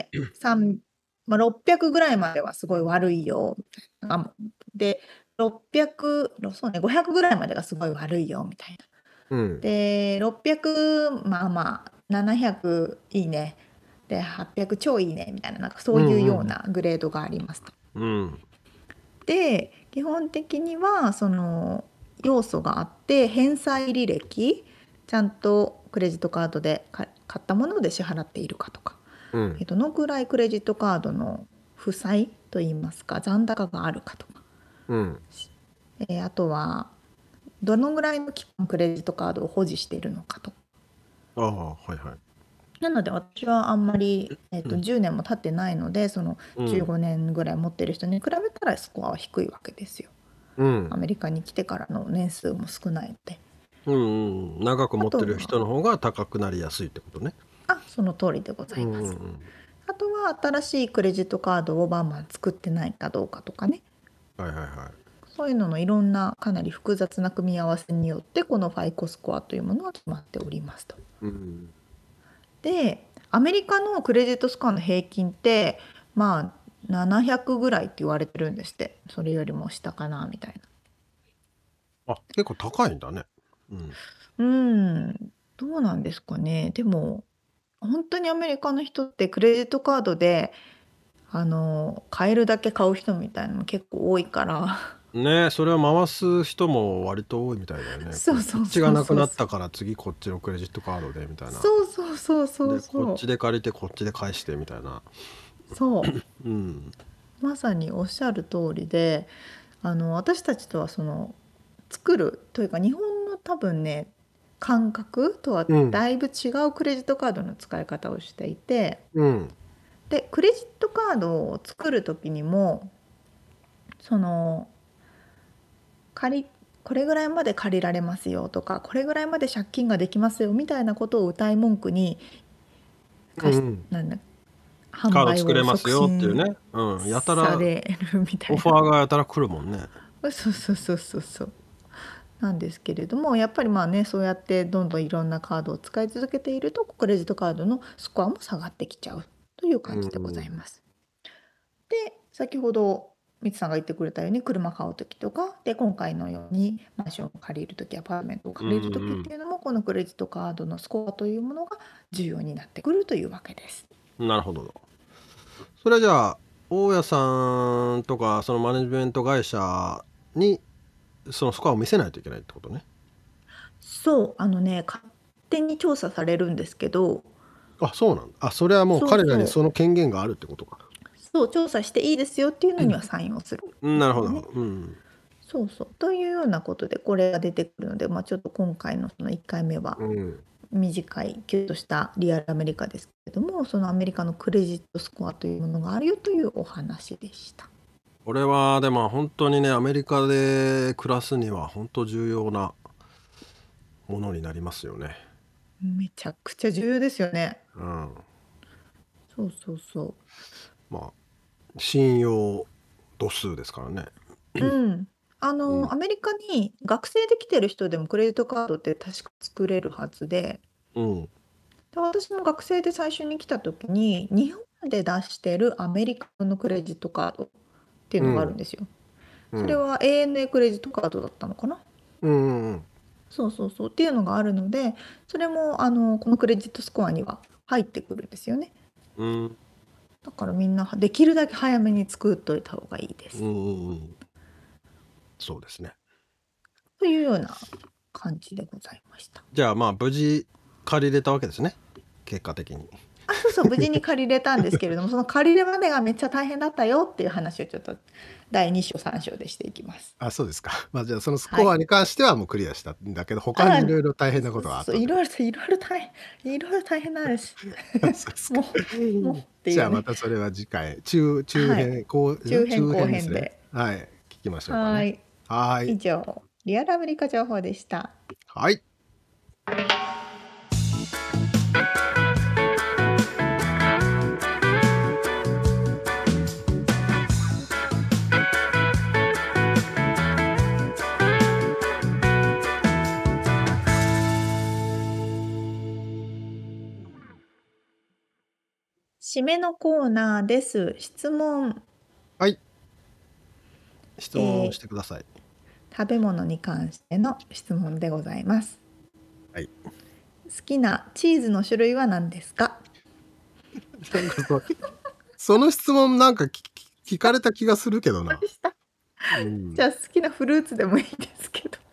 さんまあ、ろっぴゃくぐらいまではすごい悪いよみたいな。あで、ろっぴゃく、そうね、ごひゃくぐらいまでがすごい悪いよみたいな。 うんで、ろっぴゃく、まあまあ、ななひゃくいいね。で、はっぴゃく超いいねみたいな、なんかそういうようなグレードがありますと。 うんで、基本的にはその要素があって、返済履歴、ちゃんとクレジットカードでか買ったもので支払っているかとか、 うんえどのくらいクレジットカードの負債といいますか残高があるかとか、 うんえーあとはどのぐらいの期間クレジットカードを保持しているのかと。 ああはいはいなので私はあんまり、えーとうんじゅうねんも経ってないので、そのうんじゅうごねんぐらい持ってる人に比べたらスコアは低いわけですよ。 うんアメリカに来てからの年数も少ないので。 うんうん長く持ってる人の方が高くなりやすいってことね。 あ、その通りでございます。 うんうんあとは新しいクレジットカードをバンバン作ってないかどうかとかね。 はいはいはい。 そういうののいろんなかなり複雑な組み合わせによってこのファイコスコアというものは決まっておりますと。 うんで、アメリカのクレジットスコアの平均ってまあななひゃくぐらいって言われてるんですって。それよりも下かなみたいな。 あ結構高いんだね。うんうーん、どうなんですかね。でも本当にアメリカの人ってクレジットカードであの買えるだけ買う人みたいなのも結構多いからねそれを回す人も割と多いみたいだよね。 そうそうそうそうこっちがなくなったから次こっちのクレジットカードでみたいな。 そうそうそうそうでそうこっちで借りてこっちで返してみたいな。 そううんまさにおっしゃる通りで、あの私たちとはその作るというか日本の多分ね感覚とはうんだいぶ違うクレジットカードの使い方をしていて、 うんでクレジットカードを作る時にもその借りこれぐらいまで借りられますよとかこれぐらいまで借金ができますよみたいなことを歌い文句に貸しうんなんだカ販売ード作れを促ますよっていう進ね。うんやたさられるみたオいな。 ファーがやたら来るもんね。 そうそうそうそうそうなんですけれども、やっぱりまあねそうやってどんどんいろんなカードを使い続けているとクレジットカードのスコアも下がってきちゃうという感じでございます。で先ほどみつさんが言ってくれたように車買う時とかで今回のようにマンションを借りる時アパートメントを借りる時っていうのもこのクレジットカードのスコアというものが重要になってくるというわけです。 なるほど。それはじゃあ大家さんとかそのマネジメント会社にそのスコアを見せないといけないってことね。 そうあのね勝手に調査されるんですけど、 あそうなんだ。あそれはもうそう彼らにそうその権限があるってことか。 そう調査していいですよっていうのにはサインをする、 うんなるほど。 ねうんそうそうというようなことでこれが出てくるので、まあ、ちょっと今回のそのいっかいめはうん短いキュッとしたリアルアメリカですけれども、そのアメリカのクレジットスコアというものがあるよというお話でした。 これはでも本当にねアメリカで暮らすには本当重要なものになりますよね。 めちゃくちゃ重要ですよね。 うんそうそうそまあ信用度数ですからね。 う。うん。あうんの、アメリカに学生で来てる人でもクレジットカードって確か作れるはずで、 うんで私も学生で最初に来た時に、日本で出してるアメリカのクレジットカードっていうのがあるんですよ。それうんは エーエヌエー クレジットカードだったのかな。 うんうんそうそうそうっていうのがあるので、それもあのこのクレジットスコアには入ってくるんですよね。 うんだからみんなできるだけ早めに作っといた方がいいです。 うんうんうん。そうですね。 というような感じでございました。 じゃあまあ無事借りれたわけですね、結果的に。 あ、そうそう、無事に借りれたんですけれども、その借りるまでがめっちゃ大変だったよっていう話をちょっとだいに章さん章でしていきます。 あ、そうですか。まあじゃあそのスコアに関してはもうクリアしたんだけど、他あにいろいろ大変なことがあったそうんで。 いろいろといろいろ大変いろいろ大変なんです。 そうですか。 もうもうっていうねじゃあまたそれは次回中中はい編後中編後編ですね。 で。 はい、聞きましょうかね。 はい。以はい上、リアルアメリカ情報でした。 はい。 締めのコーナーです。質問。 はい。質問をしてください。 食べ物に関しての質問でございます。 はい。 好きなチーズの種類は何ですか？ なんかそその質問なんか聞聞かれた気がするけどな。うんじゃあ好きなフルーツでもいいですけど。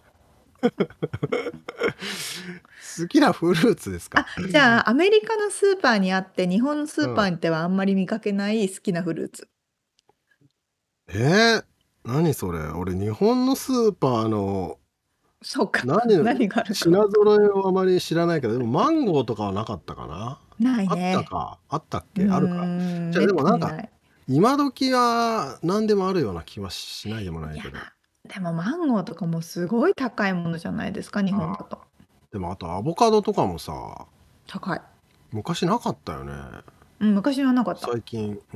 好きなフルーツですか？ あ、じゃあアメリカのスーパーにあって日本のスーパーではあんまり見かけない好きなフルーツ。 えー、何それ？俺日本のスーパーのそうか。 何何があるか。 品揃えをあまり知らないけど、でもマンゴーとかはなかったかな。あっないね。 たか。あったっけ？あるか。 うーんじゃあでもなんかめったにない今時は何でもあるような気はしないでもないいやけど。 でもマンゴーとかもすごい高いものじゃないですか、日本だと。 でもあとアボカドとかもさ、 高い。 昔なかったよね。 うん、昔はなかった。 最近、うん。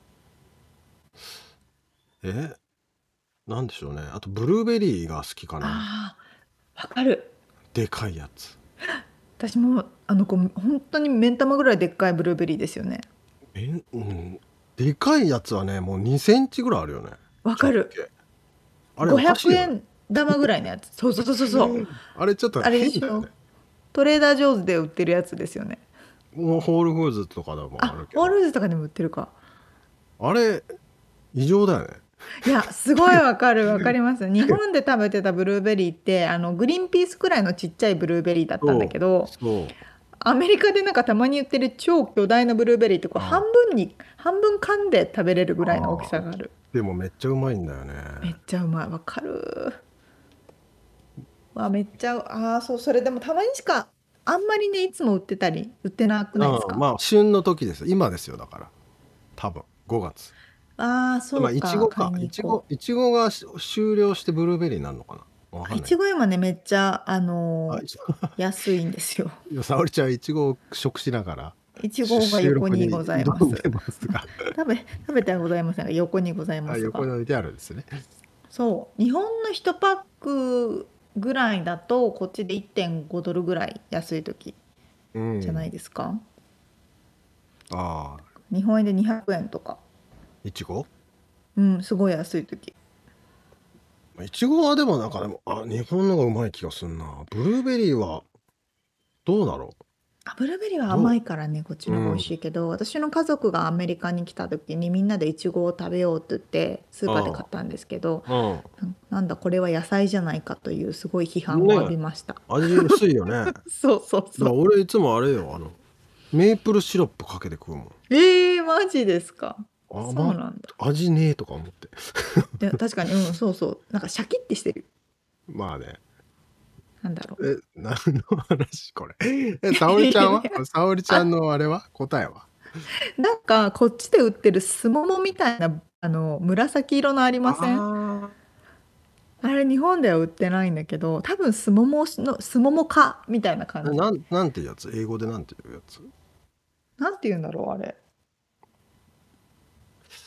えなんでしょうね。あとブルーベリーが好きかな。 ああ、わかる。 でかいやつ。 私もあの子本当に目ん玉ぐらいでっかいブルーベリーですよね。 え、うん、でかいやつはね、もうにセンチぐらいあるよね。 わかる。 直径あれおかし 500 いよね。 円玉ぐらいのやつ。そうそうそうそうそう。 あれちょっとあれでしょ変だよね。。 トレーダー・ジョーズで売ってるやつですよね。 もうホールフーズとかでもあある、けど、 ホールフーズとかでも売ってるか。 あれ異常だよね。 いや、すごいわかるわかります。日本で食べてたブルーベリーってあのグリーンピースくらいのちっちゃいブルーベリーだったんだけど、 そう。 アメリカでなんかたまに売ってる超巨大なブルーベリーってこうあ半分に半分噛んで食べれるぐらいの大きさがある。 でもめっちゃうまいんだよね。 めっちゃうまい。わかる。わめっちゃあーそうそれでもたまにしかあんまりねいつも売ってたり売ってなくないですか？ うん、まあ旬の時です。今ですよ、だから多分ごがつ。 ああそうまあいちごか。 か買いにいち行こごいちごがし終了してブルーベリーになるのかな。わかんない。 う。いちご今ねめっちゃあのーあいち安いんですよ。 ご沙織ちゃんいちごを食しながらいちごが横にございます。 収録に挑んでますが食べ食べてはございませんが横にございまあすが。 横に置いてあるんですね。 そう日本のいちパックぐらいだとこっちでいってんごドルぐらい安い時うん。 じゃないですか。 ああ、 日本円でにひゃくえんとか。 いちご？ うんすごい安い時。 いちごはでもなんかでもあ日本のがうまい気がすんな。ブルーベリーはどうだろあブルーベリーは甘いからねこっちの方が美味しいけど、私の家族がアメリカに来た時にみんなでイチゴを食べようって言ってスーパーで買ったんですけど、 う。うん。 ななんだこれは野菜じゃないかというすごい批判を浴びました。 味薄いよね。だかそうそうらそう。 俺いつもあれよ、あのメープルシロップかけて食うもん。 えー、マジですか？ あ、 そうまなんだ。 味ねえとか思って。 で確かにうんそうそうなんかシャキッてしてる。 まあね。 なんだろう。 え、何の話これ。え、沙織ちゃんは沙織ちゃんのあれは答えはなんかこっちで売ってるすももみたいなあの紫色のありません？ ああれ日本では売ってないんだけど多分すもものすももかみたいな感じ。 ーなんなんていうやつ？英語でなんていうやつ？ なんて言うんだろうあれ。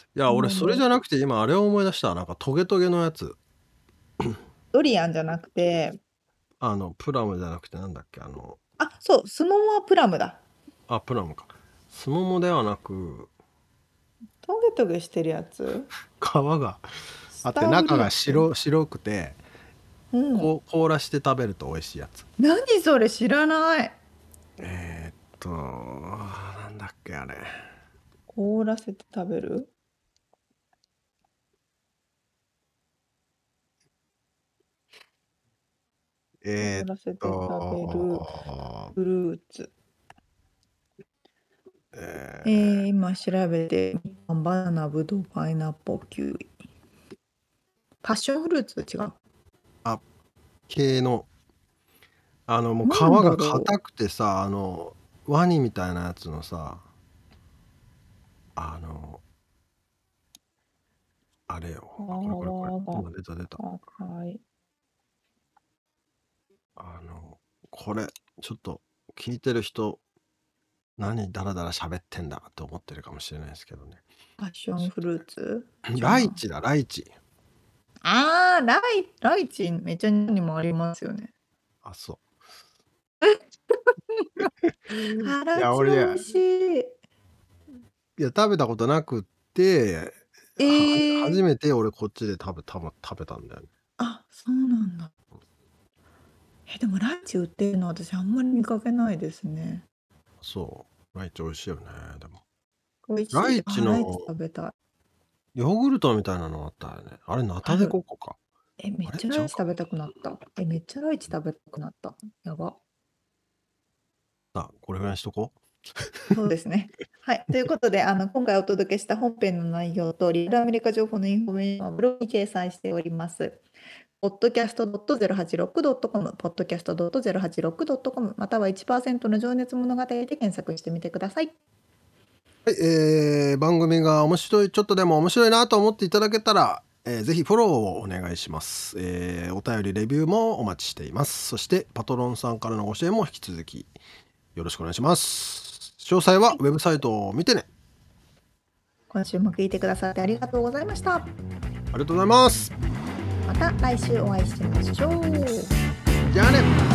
いや俺それじゃなくて今あれを思い出した。なんかトゲトゲのやつ。 ドリアンじゃなくて、 あのプラムじゃなくてなんだっけあのあ、そう、スモモはプラムだ。 あプラムか。スモモではなくトゲトゲしてるやつ。 皮があって中が白白くて、 うん、 こう凍らして食べると美味しいやつ。 何それ知らない。 えー、っとなんだっけあれ。 凍らせて食べる。 えー、 凍らせてっと食べるフルーツ。 ええー、今調べて、バナナ、ブドウ、パイナップル、キウイ。パッションフルーツ違う。 あ系のあのもう皮なんだろうが硬くてさ、あのワニみたいなやつのさ、あのあれよ。これこれこれ。今出た出た。 はい。 あのこれちょっと聞いてる人何ダラダラ喋ってんだって思ってるかもしれないですけどね。 パッションフルーツ。 ライチだライチ。 あー、ライライチめっちゃ日本にもありますよね。 あそう。 あライチいや俺美味しい。 いや食べたことなくって、 えー、 は初めて俺こっちで食べた食べたんだよね。 あ、そうなんだ。え、でもライチ売ってるの私あんまり見かけないですね。 そうライチ美味しいよね。でも美味しい。 ライチのあライチ食べたい。 ヨーグルトみたいなのあったよね。あれナタデココか。 え、めっちゃライチ食べたくなった。え、めっちゃライチ食べたくなった。やば。 さあこれぐらいにしとこそうですね。はい。ということで、あの今回お届けした本編の内容とリアルアメリカ情報のインフォメーションはブログに掲載しております。ポッドキャスト ゼロはちろく ドットコム、ポッドキャスト ゼロはちろく ドットコム、またはいちパーセント の情熱物語で検索してみてください。 う。はい、えー、番組が面白い、ちょっとでも面白いなと思っていただけたら、えー、ぜひフォローをお願いします、えー。お便りレビューもお待ちしています。そしてパトロンさんからのご支援も引き続きよろしくお願いします。詳細はウェブサイトを見てね。 今週も聞いてくださってありがとうございました。 ありがとうございます。 また来週お会いしましょう。 じゃあね。